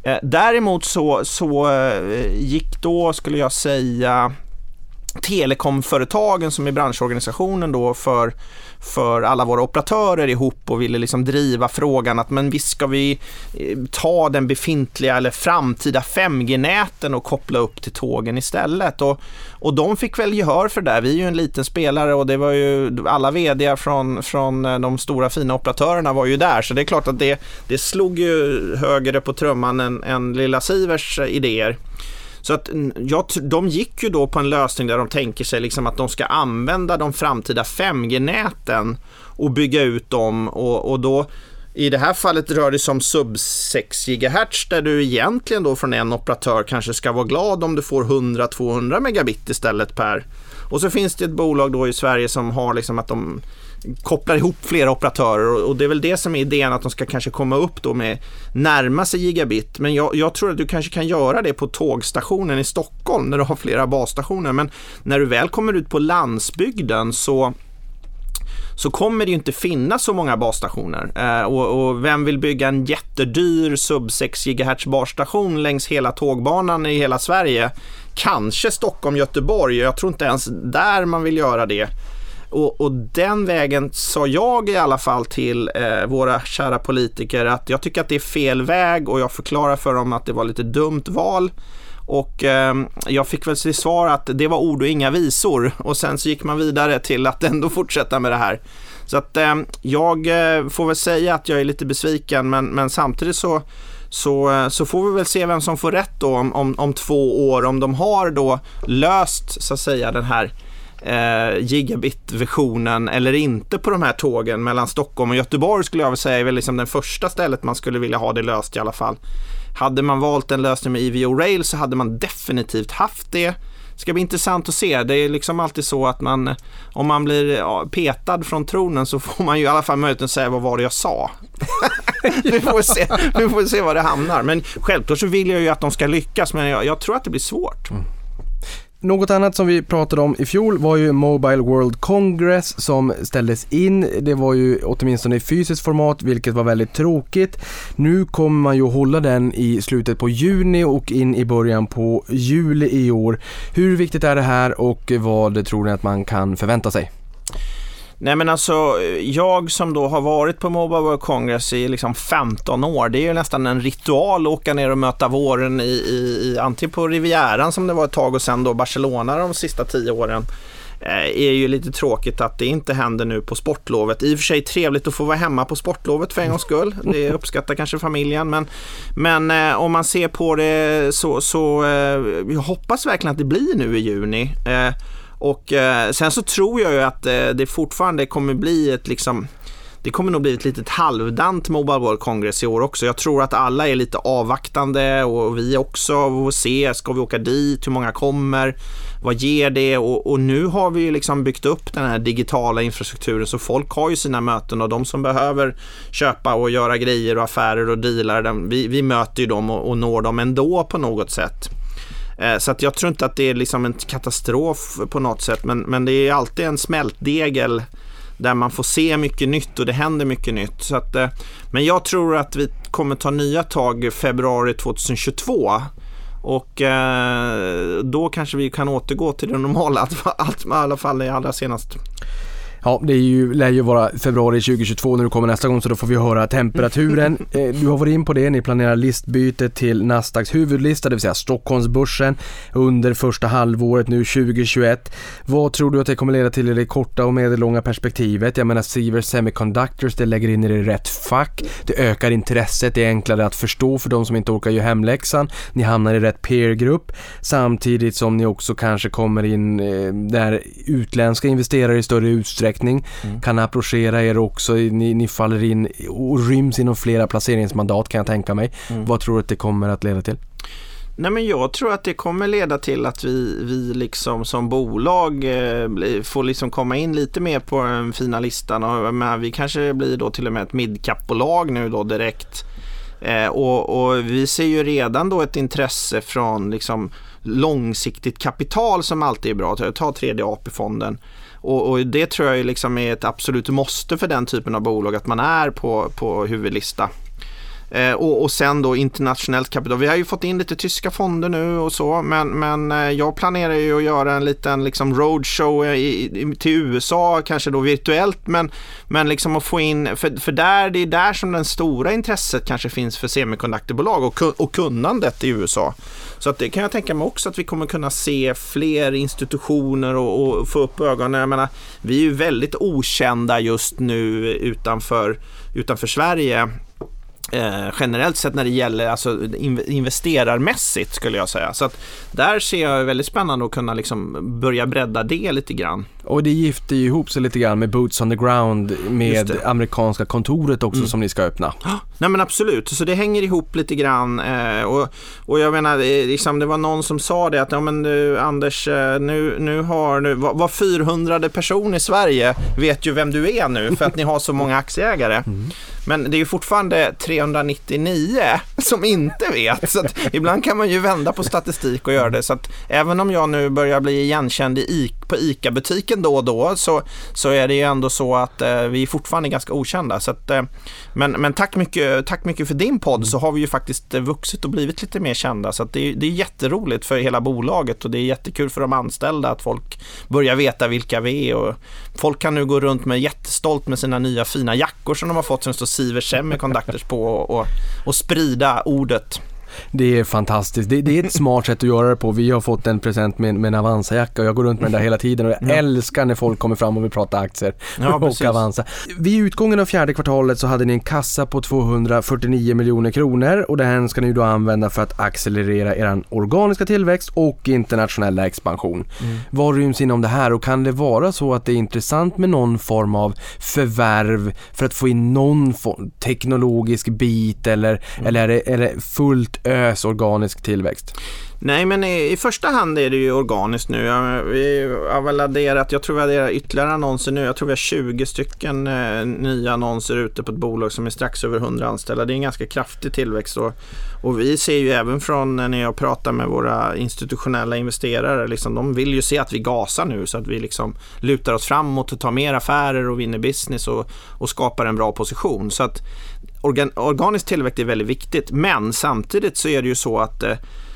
Däremot så gick då, skulle jag säga, telekomföretagen som är branschorganisationen då för alla våra operatörer ihop och ville liksom driva frågan att men visst ska vi ta den befintliga eller framtida 5G-näten och koppla upp till tågen istället. Och de fick väl gehör för det. Vi är ju en liten spelare och det var ju alla vd från de stora fina operatörerna var ju där. Så det är klart att det slog ju högre på trumman än lilla Sivers idéer. Så att de gick ju då på en lösning där de tänker sig liksom att de ska använda de framtida 5G-näten och bygga ut dem och då i det här fallet rör det sig om sub 6 GHz där du egentligen då från en operatör kanske ska vara glad om du får 100-200 megabit istället per. Och så finns det ett bolag då i Sverige som har liksom att de kopplar ihop flera operatörer och det är väl det som är idén att de ska kanske komma upp då med närma sig gigabit. Men jag tror att du kanske kan göra det på tågstationen i Stockholm när du har flera basstationer. Men när du väl kommer ut på landsbygden så kommer det ju inte finnas så många basstationer. Och vem vill bygga en jättedyr sub 6 GHz basstation längs hela tågbanan i hela Sverige? Kanske Stockholm, Göteborg. Jag tror inte ens där man vill göra det. Och den vägen sa jag i alla fall till våra kära politiker att jag tycker att det är fel väg och jag förklarar för dem att det var lite dumt val. Och jag fick väl till svar att det var ord och inga visor och sen så gick man vidare till att ändå fortsätta med det här. Så att jag får väl säga att jag är lite besviken men samtidigt så får vi väl se vem som får rätt då om 2 år om de har då löst så att säga den här gigabit-versionen eller inte på de här tågen mellan Stockholm och Göteborg skulle jag väl säga är väl liksom den första stället man skulle vilja ha det löst i alla fall. Hade man valt en lösning med EVO Rail så hade man definitivt haft det. Det ska bli intressant att se. Det är liksom alltid så att om man blir petad från tronen så får man ju i alla fall möjligheten att säga vad var det jag sa. Vi får se var det hamnar. Men självklart så vill jag ju att de ska lyckas men jag tror att det blir svårt. Något annat som vi pratade om i fjol var ju Mobile World Congress som ställdes in. Det var ju åtminstone i fysiskt format vilket var väldigt tråkigt. Nu kommer man ju hålla den i slutet på juni och in i början på juli i år. Hur viktigt är det här och vad tror ni att man kan förvänta sig? Nej men alltså, jag som då har varit på Mobile World Congress i liksom 15 år, det är ju nästan en ritual att åka ner och möta våren i antingen på Rivieran som det var ett tag och sen då Barcelona de sista 10 åren. Är ju lite tråkigt att det inte händer nu på sportlovet. I och för sig trevligt att få vara hemma på sportlovet för en gångs skull. Det uppskattar kanske familjen. Men om man ser på det så jag hoppas verkligen att det blir nu i juni. Och sen så tror jag ju att det fortfarande kommer bli det kommer nog bli ett litet halvdant Mobile World Congress i år också. Jag tror att alla är lite avvaktande och vi också får se, ska vi åka dit, hur många kommer, vad ger det och nu har vi ju liksom byggt upp den här digitala infrastrukturen så folk har ju sina möten och de som behöver köpa och göra grejer och affärer och dealar, vi möter ju dem och når dem ändå på något sätt. Så att jag tror inte att det är liksom en katastrof på något sätt men det är alltid en smältdegel där man får se mycket nytt och det händer mycket nytt. Så att, men jag tror att vi kommer ta nya tag februari 2022 och då kanske vi kan återgå till det normala att i alla fall är allra senast. Ja, det lär ju vara februari 2022 när du kommer nästa gång så då får vi höra temperaturen. Du har varit in på det, ni planerar listbyte till Nasdaqs huvudlista, det vill säga Stockholmsbörsen under första halvåret nu 2021. Vad tror du att det kommer leda till i det korta och medellånga perspektivet? Jag menar Sivers Semiconductors, det lägger in i det rätt fack, det ökar intresset, det är enklare att förstå för de som inte orkar göra hemläxan, ni hamnar i rätt peergrupp samtidigt som ni också kanske kommer in där utländska investerare i större utsträckning kan approchera er också, ni faller in och ryms inom flera placeringsmandat kan jag tänka mig. Vad tror du att det kommer att leda till? Nej men jag tror att det kommer leda till att vi liksom som bolag får liksom komma in lite mer på den fina listan och vi kanske blir då till och med ett midcap-bolag nu då direkt. Och vi ser ju redan då ett intresse från liksom långsiktigt kapital som alltid är bra. Ta tredje AP-fonden. Och det tror jag liksom är ett absolut måste för den typen av bolag att man är på huvudlista. Och sen då internationellt kapital. Vi har ju fått in lite tyska fonder nu och så, men jag planerar ju att göra en liten liksom roadshow till USA, kanske då virtuellt, men liksom att få in, för det är där som den stora intresset kanske finns för semikonduktorbolag och kunnandet i USA. Så att det kan jag tänka mig också, att vi kommer kunna se fler institutioner och få upp ögonen. Jag menar, vi är ju väldigt okända just nu utanför Sverige. Generellt sett när det gäller alltså investerarmässigt, skulle jag säga. Så att där ser jag väldigt spännande att kunna liksom börja bredda det lite grann. Och det gifter ju ihop sig lite grann med Boots on the Ground, med amerikanska kontoret också som ni ska öppna. Nej, men absolut, så det hänger ihop lite grann och jag menar, liksom, det var någon som sa det att ja, men nu, Anders, nu var 400 person i Sverige vet ju vem du är nu för att ni har så många aktieägare. Men det är ju fortfarande 399 som inte vet, så att ibland kan man ju vända på statistik och göra det. Så att även om jag nu börjar bli igenkänd på ICA-butiken då och då, så är det ju ändå så att vi är fortfarande ganska okända. Så att, men tack mycket för din podd, så har vi ju faktiskt vuxit och blivit lite mer kända. Så att det är jätteroligt för hela bolaget, och det är jättekul för de anställda att folk börjar veta vilka vi är. Och folk kan nu gå runt med jättestolt med sina nya fina jackor som de har fått, som står Sivers Semiconductors på, och sprida ordet. Det är fantastiskt. Det är ett smart sätt att göra det på. Vi har fått en present med en Avanza-jacka och jag går runt med den där hela tiden, och jag älskar när folk kommer fram och vill prata aktier och Avanza. Vid utgången av 4:e kvartalet så hade ni en kassa på 249 miljoner kronor, och det här ska ni då använda för att accelerera er organiska tillväxt och internationella expansion. Vad ryms inom det här, och kan det vara så att det är intressant med någon form av förvärv för att få in någon teknologisk bit, eller är det fullt ös organisk tillväxt? Nej, men i första hand är det ju organiskt nu. Vi har väl adderat, jag tror vi adderar ytterligare annonser nu. Jag tror vi har 20 stycken nya annonser ute på ett bolag som är strax över 100 anställda. Det är en ganska kraftig tillväxt. Och vi ser ju även från när jag pratar med våra institutionella investerare, liksom, de vill ju se att vi gasar nu, så att vi liksom lutar oss framåt och tar mer affärer och vinner business och skapar en bra position. Så att organisk tillväxt är väldigt viktigt, men samtidigt så är det ju så att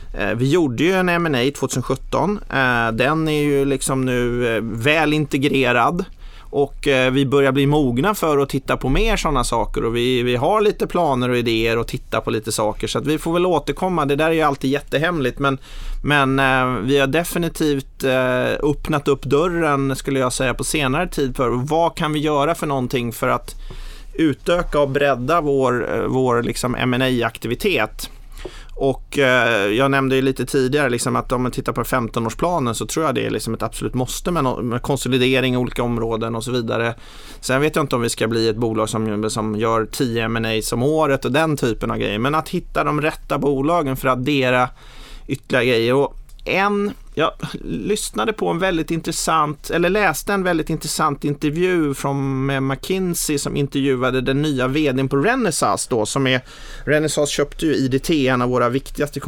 vi gjorde ju en M&A 2017. Den är ju liksom nu väl integrerad, och vi börjar bli mogna för att titta på mer sådana saker, och vi har lite planer och idéer och titta på lite saker, så att vi får väl återkomma. Det där är ju alltid jättehemligt, men vi har definitivt öppnat upp dörren, skulle jag säga, på senare tid för vad kan vi göra för någonting för att utöka och bredda vår liksom M&A-aktivitet. Och jag nämnde ju lite tidigare liksom att om man tittar på 15-årsplanen, så tror jag det är liksom ett absolut måste med konsolidering i olika områden och så vidare. Sen vet jag inte om vi ska bli ett bolag som gör 10 M&As om året och den typen av grejer, men att hitta de rätta bolagen för att addera ytterligare grejer. Och jag lyssnade på läste en väldigt intressant intervju med McKinsey, som intervjuade den nya vdn på Renesas då, Renesas köpte ju IDT, en av våra viktigaste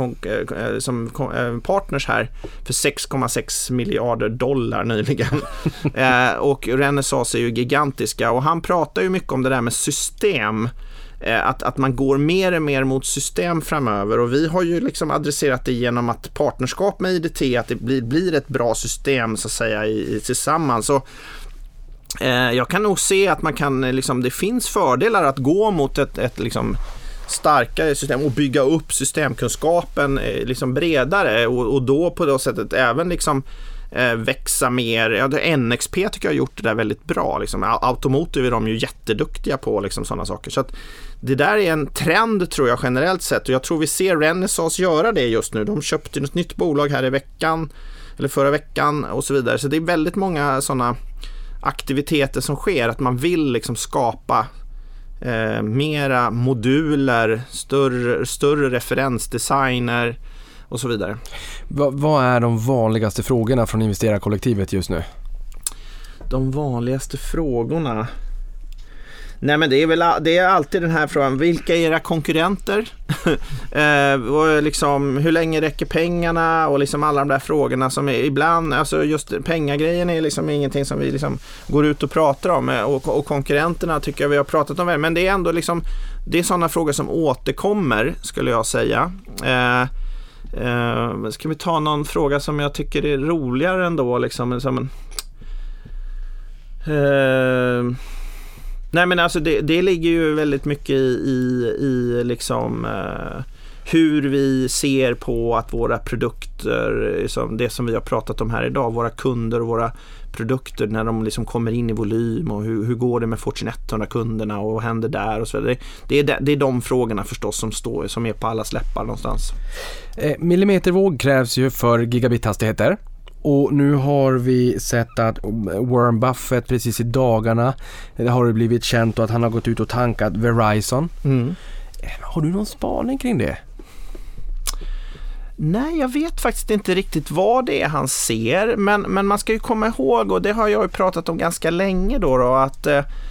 partners här, för $6,6 miljarder nyligen. Och Renesas är ju gigantiska, och han pratar ju mycket om det där med system. Att man går mer och mer mot system framöver, och vi har ju liksom adresserat det genom att partnerskap med IDT, att det blir ett bra system så att säga tillsammans. Så jag kan nog se att man kan liksom, det finns fördelar att gå mot ett liksom starkare system och bygga upp systemkunskapen liksom bredare, och då på det sättet även liksom växa mer. NXP tycker jag har gjort det där väldigt bra. Liksom. Automotive är de ju jätteduktiga på liksom, sådana saker. Så att det där är en trend, tror jag, generellt sett. Och jag tror vi ser Renesas göra det just nu. De köpte ett nytt bolag här i veckan, eller förra veckan och så vidare. Så det är väldigt många sådana aktiviteter som sker. Att man vill liksom skapa mera moduler, större referensdesigner och så vidare. Vad är de vanligaste frågorna från investerarkollektivet just nu? De vanligaste frågorna? Nej, men det är alltid den här frågan, vilka är era konkurrenter? Och liksom, hur länge räcker pengarna? Och liksom alla de där frågorna som är ibland, alltså just pengagrejen är liksom ingenting som vi liksom går ut och pratar om, och konkurrenterna tycker jag vi har pratat om väl, men det är ändå liksom, det är sådana frågor som återkommer, skulle jag säga. Ska vi ta någon fråga som jag tycker är roligare ändå liksom, nej, men alltså det ligger ju väldigt mycket i liksom hur vi ser på att våra produkter, liksom det som vi har pratat om här idag, våra kunder och våra produkter när de liksom kommer in i volym, och hur går det med Fortune 100-kunderna och vad händer där och så vidare. Det är de frågorna förstås som är på allas läppar någonstans. Millimetervåg krävs ju för gigabit-hastigheter. Och nu har vi sett att Warren Buffett precis i dagarna har det blivit känt att han har gått ut och tankat Verizon. Har du någon spaning kring det? Nej, jag vet faktiskt inte riktigt vad det är han ser, men man ska ju komma ihåg, och det har jag ju pratat om ganska länge då att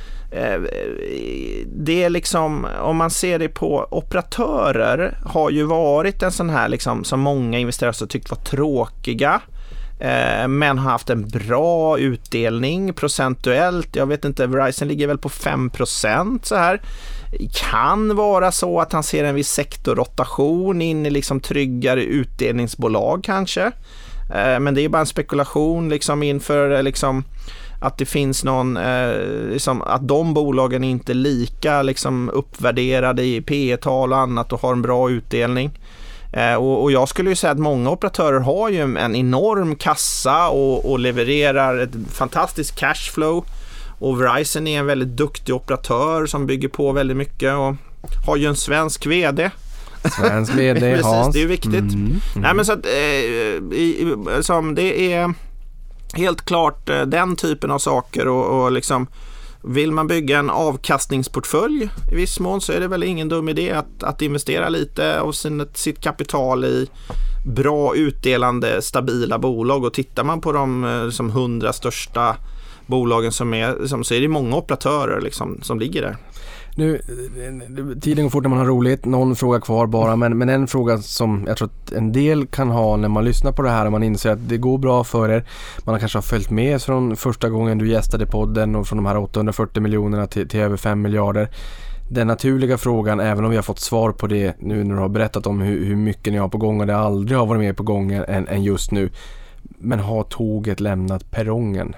det är liksom, om man ser det på operatörer, har ju varit en sån här liksom, som många investerare så tyckt var tråkiga, men har haft en bra utdelning procentuellt. Jag vet inte, Verizon ligger väl på 5% så här. Kan vara så att han ser en viss sektorrotation in i liksom tryggare utdelningsbolag kanske. Men det är bara en spekulation liksom inför liksom att det finns någon liksom, att de bolagen inte är lika liksom uppvärderade i P/E-tal och annat och har en bra utdelning. Och jag skulle ju säga att många operatörer har ju en enorm kassa och levererar ett fantastiskt cashflow, och Verizon är en väldigt duktig operatör som bygger på väldigt mycket och har ju en svensk vd. Svensk vd, precis, Hans. det är ju viktigt. Nej, men så att som det är helt klart den typen av saker, och liksom vill man bygga en avkastningsportfölj i viss mån, så är det väl ingen dum idé att investera lite av sitt kapital i bra utdelande stabila bolag. Och tittar man på de som 100 största bolagen så är det många operatörer liksom, som ligger där. Nu, tiden går fort när man har roligt. Någon fråga kvar bara, men en fråga som jag tror att en del kan ha när man lyssnar på det här och man inser att det går bra för er. Man kanske har följt med från första gången du gästade podden och från de här 840 miljonerna till över 5 miljarder. Den naturliga frågan, även om vi har fått svar på det nu när du har berättat om hur mycket ni har på gång och det aldrig har varit mer på gång än just nu. Men har tåget lämnat perrongen?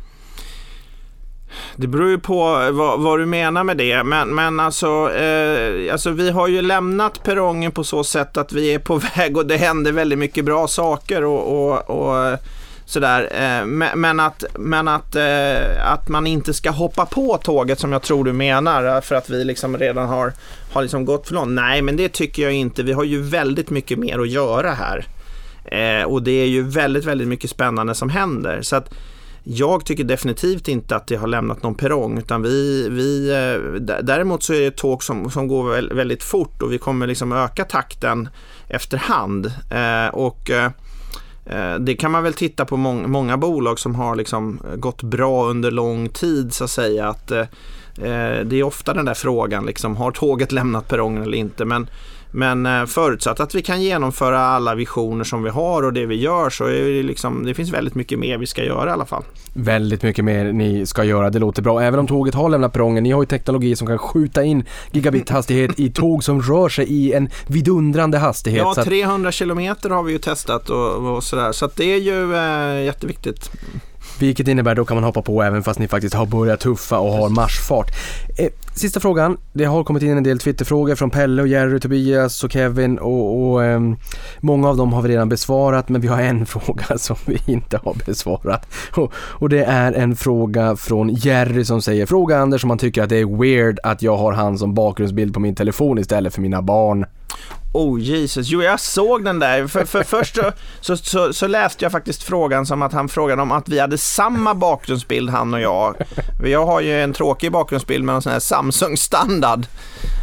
Det beror ju på vad du menar med det, men alltså vi har ju lämnat perrongen på så sätt att vi är på väg och det händer väldigt mycket bra saker och sådär, men att man inte ska hoppa på tåget som jag tror du menar, för att vi liksom redan har liksom gått för långt. Nej, men det tycker jag inte. Vi har ju väldigt mycket mer att göra här, och det är ju väldigt, väldigt mycket spännande som händer, så att jag tycker definitivt inte att det har lämnat någon perrong, utan däremot så är det ett tåg som går väldigt fort, och vi kommer liksom öka takten efterhand, och det kan man väl titta på många bolag som har liksom gått bra under lång tid, så att säga, att det är ofta den där frågan liksom, har tåget lämnat perrongen eller inte, men förutsatt att vi kan genomföra alla visioner som vi har och det vi gör, så är det liksom, det finns väldigt mycket mer vi ska göra i alla fall. Väldigt mycket mer ni ska göra, det låter bra. Även om tåget har lämnat perrongen, ni har ju teknologi som kan skjuta in gigabit-hastighet i tåg som rör sig i en vidundrande hastighet. Ja, 300 kilometer har vi ju testat och sådär, så att det är ju jätteviktigt. Vilket innebär då kan man hoppa på även fast ni faktiskt har börjat tuffa och har marschfart. Sista frågan. Det har kommit in en del Twitterfrågor från Pelle och Jerry, Tobias och Kevin och många av dem har vi redan besvarat, men vi har en fråga som vi inte har besvarat. Och det är en fråga från Jerry som säger: fråga Anders om han tycker att det är weird att jag har han som bakgrundsbild på min telefon istället för mina barn. Oh Jesus, jo, jag såg den där. För först så läste jag faktiskt frågan som att han frågade om att vi hade samma bakgrundsbild, han och jag. Jag har ju en tråkig bakgrundsbild med en sån här Samsung standard.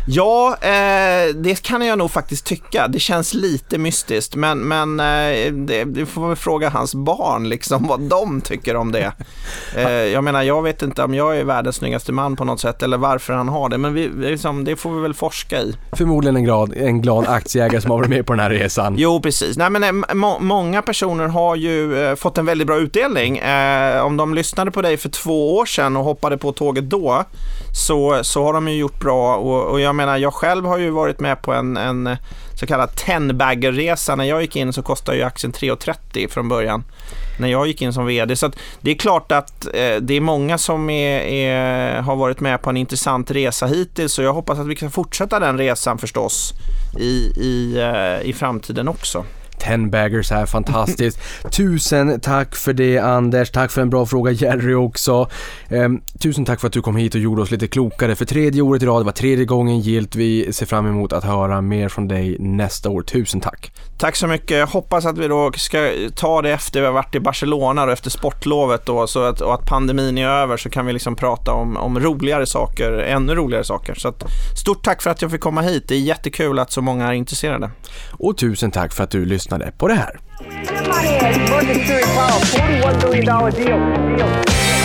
Ja, det kan jag nog faktiskt tycka. Det känns lite mystiskt, men det får vi fråga hans barn liksom, vad de tycker om det. Jag menar, jag vet inte om jag är världens snyggaste man på något sätt eller varför han har det, men det får vi väl forska i. Förmodligen en glad aktieägare som har varit med på den här resan. Jo, precis. Nej, men många personer har ju fått en väldigt bra utdelning. Om de lyssnade på dig för 2 år sedan och hoppade på tåget då, så har de ju gjort bra. Och jag menar, jag själv har ju varit med på en så kallad 10-bagger-resa. När jag gick in så kostade ju aktien 3,30 från början, när jag gick in som vd. Så att det är klart att det är många som har varit med på en intressant resa hittills, så jag hoppas att vi kan fortsätta den resan förstås i framtiden också. 10 baggers är fantastiskt. Tusen tack för det, Anders. Tack för en bra fråga, Jerry, också. Tusen tack för att du kom hit och gjorde oss lite klokare för 3:e året i rad. Det var 3:e gången gillt. Vi ser fram emot att höra mer från dig nästa år. Tusen tack. Tack så mycket. Jag hoppas att vi då ska ta det efter vi har varit i Barcelona och efter sportlovet då, och att pandemin är över, så kan vi liksom prata om roligare saker, ännu roligare saker. Så att, stort tack för att jag fick komma hit. Det är jättekul att så många är intresserade. Och tusen tack för att du lyssnade på det här. Your money is. Mercury Power, $41 billion deal.